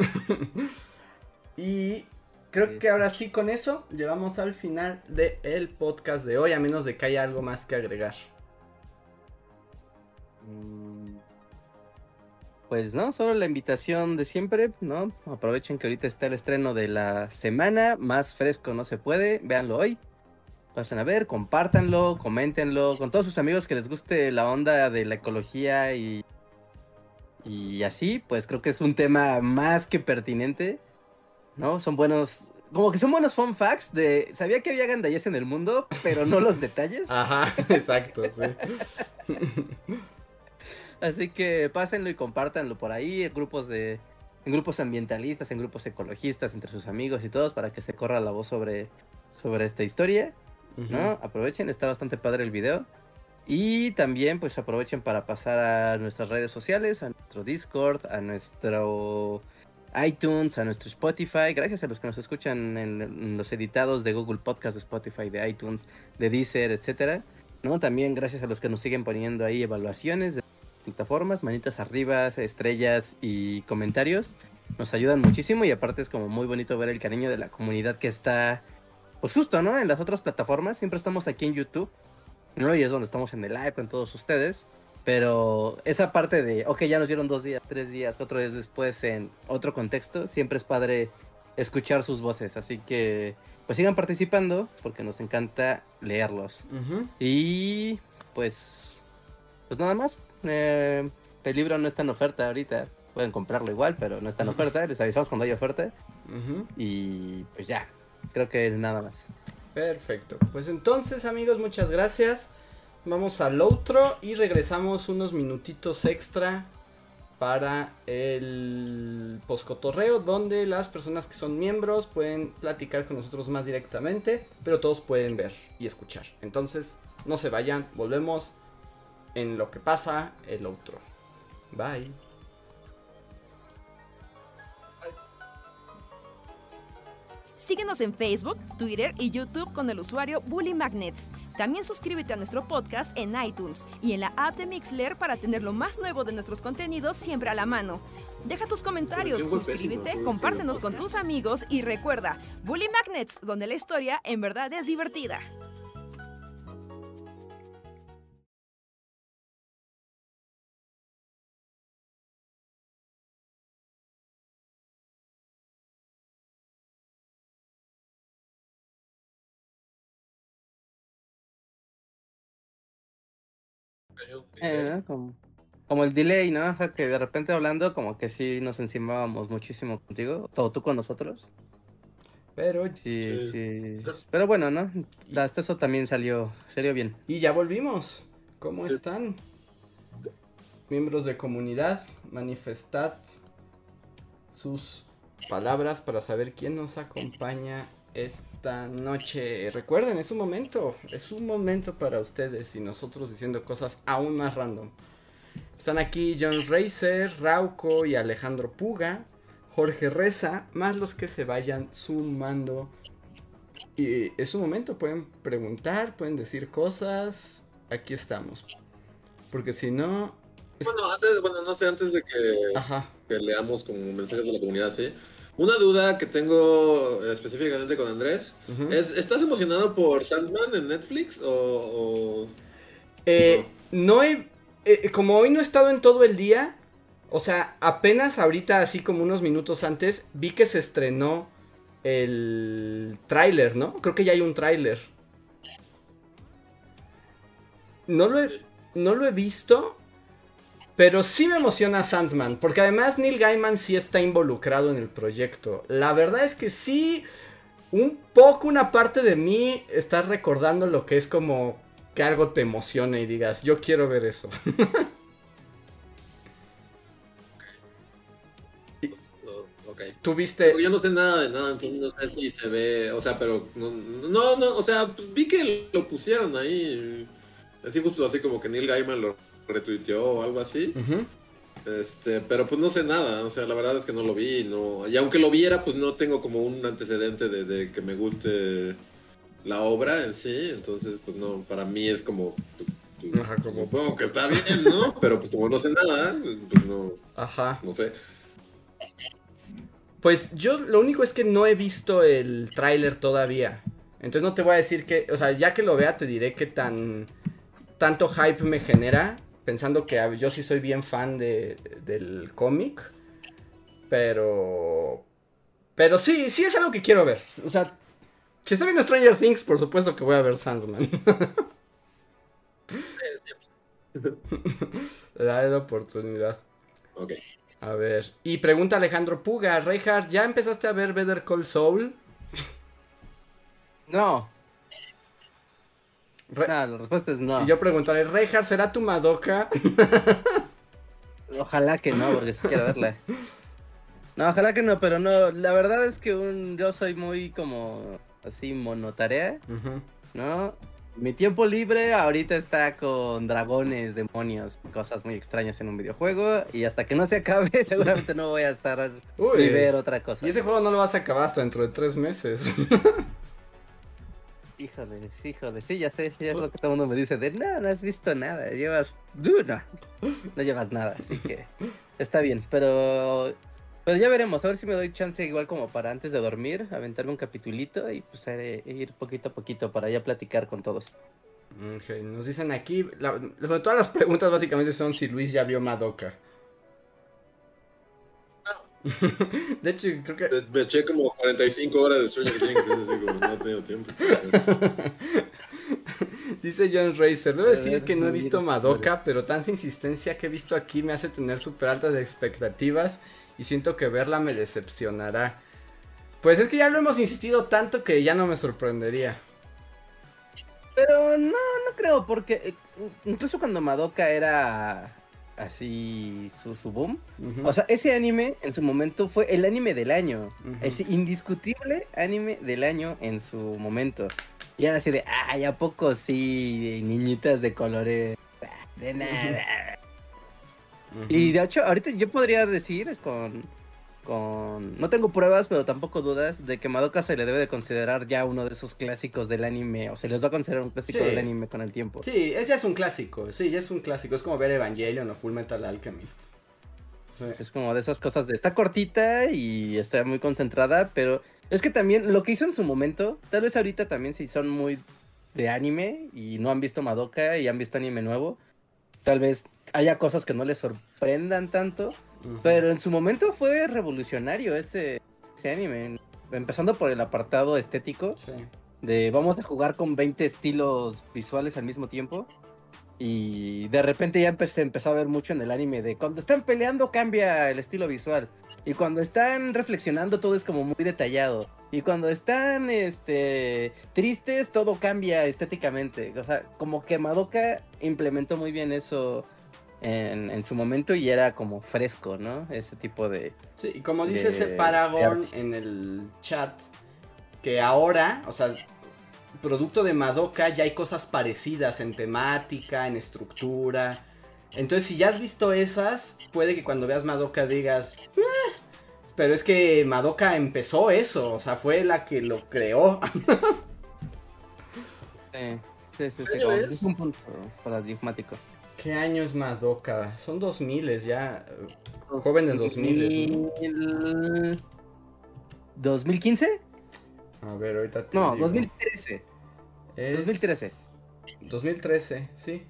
Y creo que ahora sí, con eso llegamos al final del podcast de hoy, a menos de que haya algo más que agregar. Pues no, solo la invitación de siempre, ¿no? Aprovechen que ahorita está el estreno de la semana, más fresco no se puede, véanlo hoy. Pasen a ver, compártanlo, coméntenlo con todos sus amigos que les guste la onda de la ecología y así, pues creo que es un tema más que pertinente, ¿no? Son buenos, como que son buenos fun facts de, sabía que había gandayes en el mundo, pero no los detalles. Ajá, exacto, sí. Así que pásenlo y compártanlo por ahí, en grupos ambientalistas, en grupos ecologistas, entre sus amigos y todos, para que se corra la voz sobre esta historia, ¿no? Aprovechen, está bastante padre el video. Y también pues aprovechen para pasar a nuestras redes sociales, a nuestro Discord, a nuestro iTunes, a nuestro Spotify. Gracias a los que nos escuchan en los editados de Google Podcast, de Spotify, de iTunes, de Deezer, etcétera, ¿no? También gracias a los que nos siguen poniendo ahí evaluaciones de plataformas, manitas arriba, estrellas y comentarios. Nos ayudan muchísimo y aparte es como muy bonito ver el cariño de la comunidad que está, pues justo, ¿no? En las otras plataformas. Siempre estamos aquí en YouTube, ¿no? Y es donde estamos en el live con todos ustedes. Pero esa parte de, ok, ya nos dieron 2 días, 3 días, 4 días después en otro contexto, siempre es padre escuchar sus voces. Así que, pues sigan participando porque nos encanta leerlos. Y pues nada más. El libro no está en oferta ahorita. Pueden comprarlo igual, pero no está en oferta. Les avisamos cuando haya oferta. Y pues ya, creo que nada más. Perfecto. Pues entonces, amigos, muchas gracias. Vamos al outro y regresamos unos minutitos extra para el postcotorreo, donde las personas que son miembros pueden platicar con nosotros más directamente, pero todos pueden ver y escuchar. Entonces, no se vayan, volvemos en lo que pasa el outro. Bye. Síguenos en Facebook, Twitter y YouTube con el usuario Bully Magnets. También suscríbete a nuestro podcast en iTunes y en la app de Mixler para tener lo más nuevo de nuestros contenidos siempre a la mano. Deja tus comentarios, suscríbete, compártenos con tus amigos y recuerda, Bully Magnets, donde la historia en verdad es divertida. Como el delay, ¿no? Ajá, que de repente hablando como que sí nos encimábamos muchísimo contigo, todo tú con nosotros. Pero sí. Pero bueno, ¿no? Hasta eso también salió bien. Y ya volvimos. ¿Cómo están? Miembros de comunidad, manifestad sus palabras para saber quién nos acompaña esta noche. Recuerden, es un momento para ustedes y nosotros diciendo cosas aún más random. Están aquí John Racer, Rauco y Alejandro Puga, Jorge Reza, más los que se vayan sumando. Y es un momento, pueden preguntar, pueden decir cosas, aquí estamos. Porque si no... Antes de que leamos como mensajes de la comunidad, ¿sí? Una duda que tengo específicamente con Andrés es, ¿estás emocionado por Sandman en Netflix o...? No he... como hoy no he estado en todo el día, o sea, apenas ahorita, así como unos minutos antes, vi que se estrenó el tráiler, ¿no? Creo que ya hay un tráiler. No lo he visto, pero sí me emociona Sandman, porque además Neil Gaiman sí está involucrado en el proyecto. La verdad es que sí, un poco una parte de mí está recordando lo que es como que algo te emocione y digas, yo quiero ver eso. Okay. ¿Tú viste? Porque yo no sé nada de nada, entonces no sé si se ve, o sea, pero no, o sea, pues vi que lo pusieron ahí, así justo así como que Neil Gaiman lo retuiteó o algo así. Pero pues no sé nada, o sea, la verdad es que no lo vi, no, y aunque lo viera, pues no tengo como un antecedente de que me guste la obra en sí, entonces pues no, para mí es como, pues, Ajá, como... supongo que está bien, ¿no? Pero pues como no sé nada, pues no, Ajá. no sé. Pues yo lo único es que no he visto el tráiler todavía. Entonces no te voy a decir que, o sea, ya que lo vea te diré qué tanto hype me genera, pensando que yo sí soy bien fan del cómic. Pero sí es algo que quiero ver. O sea, si estoy viendo Stranger Things, por supuesto que voy a ver Sandman. Dale la oportunidad. Ok. A ver. Y pregunta Alejandro Puga, Reinhardt, ¿ya empezaste a ver Better Call Saul? No. No, la respuesta es no. Y yo preguntaré, Reinhardt, ¿será tu Madoka? Ojalá que no, porque sí quiero verla. No, ojalá que no, pero no, la verdad es que yo soy muy como así monotarea, ¿no? Mi tiempo libre ahorita está con dragones, demonios, cosas muy extrañas en un videojuego, y hasta que no se acabe seguramente no voy a estar ni ver otra cosa. Y ese juego no lo vas a acabar hasta dentro de 3 meses. Híjole, sí, ya sé, ya es lo que todo el mundo me dice, no has visto nada, no llevas nada, así que está bien, pero ya veremos, a ver si me doy chance igual como para antes de dormir, aventarme un capitulito y pues ir poquito a poquito para ya platicar con todos. Ok, nos dicen aquí, todas las preguntas básicamente son si Luis ya vio Madoka. De hecho, creo que... Me eché como 45 horas de Stranger Things, es decir, como no he tenido tiempo. Dice John Racer, debo decir que no he visto Madoka, pero tanta insistencia que he visto aquí me hace tener súper altas expectativas y siento que verla me decepcionará. Pues es que ya lo hemos insistido tanto que ya no me sorprendería. Pero no creo, porque incluso cuando Madoka era así su boom, o sea, ese anime en su momento fue el anime del año, ese indiscutible anime del año en su momento. Y ahora así de, ay, ¿a poco sí, niñitas de colores? De nada. Y de hecho, ahorita yo podría decir no tengo pruebas, pero tampoco dudas de que Madoka se le debe de considerar ya uno de esos clásicos del anime, o se les va a considerar un clásico del anime con el tiempo. Sí, ya es un clásico, es como ver Evangelion o Full Metal Alchemist. Sí. Es como de esas cosas de, está cortita y está muy concentrada, pero es que también lo que hizo en su momento, tal vez ahorita también si son muy de anime y no han visto Madoka y han visto anime nuevo, tal vez haya cosas que no les sorprendan tanto. Pero en su momento fue revolucionario ese anime, empezando por el apartado estético, de vamos a jugar con 20 estilos visuales al mismo tiempo, y de repente ya empezó a ver mucho en el anime de cuando están peleando cambia el estilo visual, y cuando están reflexionando todo es como muy detallado, y cuando están tristes todo cambia estéticamente, o sea, como que Madoka implementó muy bien eso en su momento y era como fresco, ¿no? Ese tipo de... Sí, y como dice ese Paragon en el chat, que ahora, o sea, producto de Madoka ya hay cosas parecidas en temática, en estructura. Entonces, si ya has visto esas, puede que cuando veas Madoka digas, pero es que Madoka empezó eso, o sea, fue la que lo creó. Sí, es un punto paradigmático. ¿Qué año es Madoka? Son 2000 ya. Jóvenes 2000. ¿no? ¿2015? A ver, ahorita te No, digo. 2013. 2013. 2013, sí.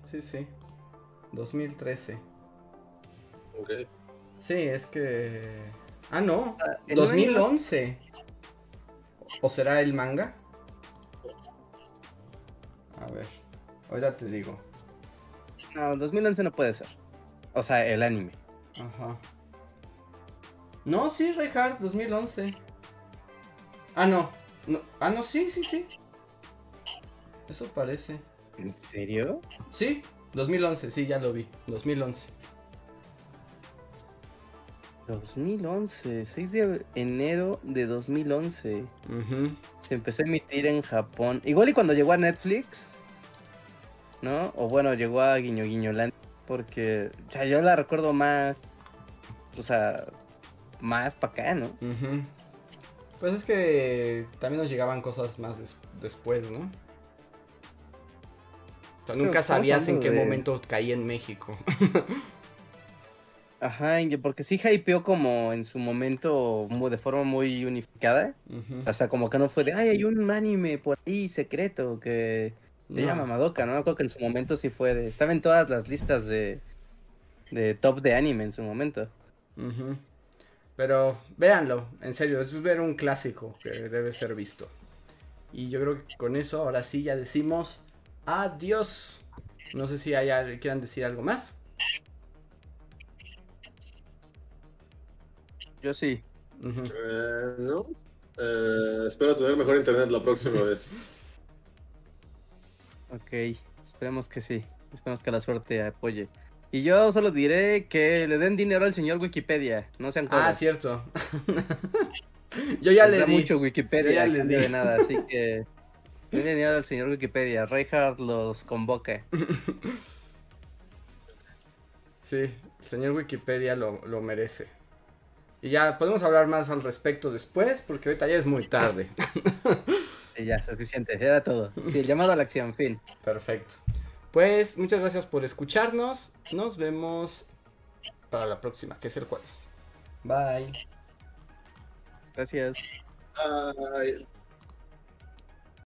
2013. Ok. Sí, es que... Ah, no. 2011. ¿O será el manga? A ver, ahorita te digo. No, 2011 no puede ser. O sea, el anime. Ajá. No, sí, Reinhardt, 2011. Ah, no. Ah, no, sí. Eso parece. ¿En serio? Sí, 2011, sí, ya lo vi. 2011. 2011, 6 de enero de 2011. Se empezó a emitir en Japón. Igual y cuando llegó a Netflix, ¿no? O bueno, llegó a Guiño Guiñolandia, porque o sea, yo la recuerdo más o sea, más para acá, ¿no? Pues es que también nos llegaban cosas más después, ¿no? O sea, nunca sabías en qué momento caía en México. Ajá, porque sí hypeó como en su momento de forma muy unificada. O sea, como que no fue de, ay, hay un anime por ahí secreto que se llama Madoka, ¿no? Creo que en su momento sí fue de, estaba en todas las listas de top de anime en su momento. Pero véanlo, en serio, es ver un clásico que debe ser visto. Y yo creo que con eso ahora sí ya decimos adiós. No sé si quieran decir algo más. Yo sí. No. Espero tener mejor internet la próxima vez. Ok, esperemos que sí. Esperemos que la suerte apoye. Y yo solo diré que le den dinero al señor Wikipedia. No sean codos. Ah, cierto. Yo ya le di mucho Wikipedia, no de nada, así que den dinero al señor Wikipedia. Reinhardt los convoca. Sí, el señor Wikipedia lo merece. Y ya podemos hablar más al respecto después, porque ahorita ya es muy tarde. Sí, ya, suficiente, era todo. Sí, el llamado a la acción, fin. Perfecto. Pues muchas gracias por escucharnos. Nos vemos para la próxima, que es el jueves. Bye. Gracias. Bye.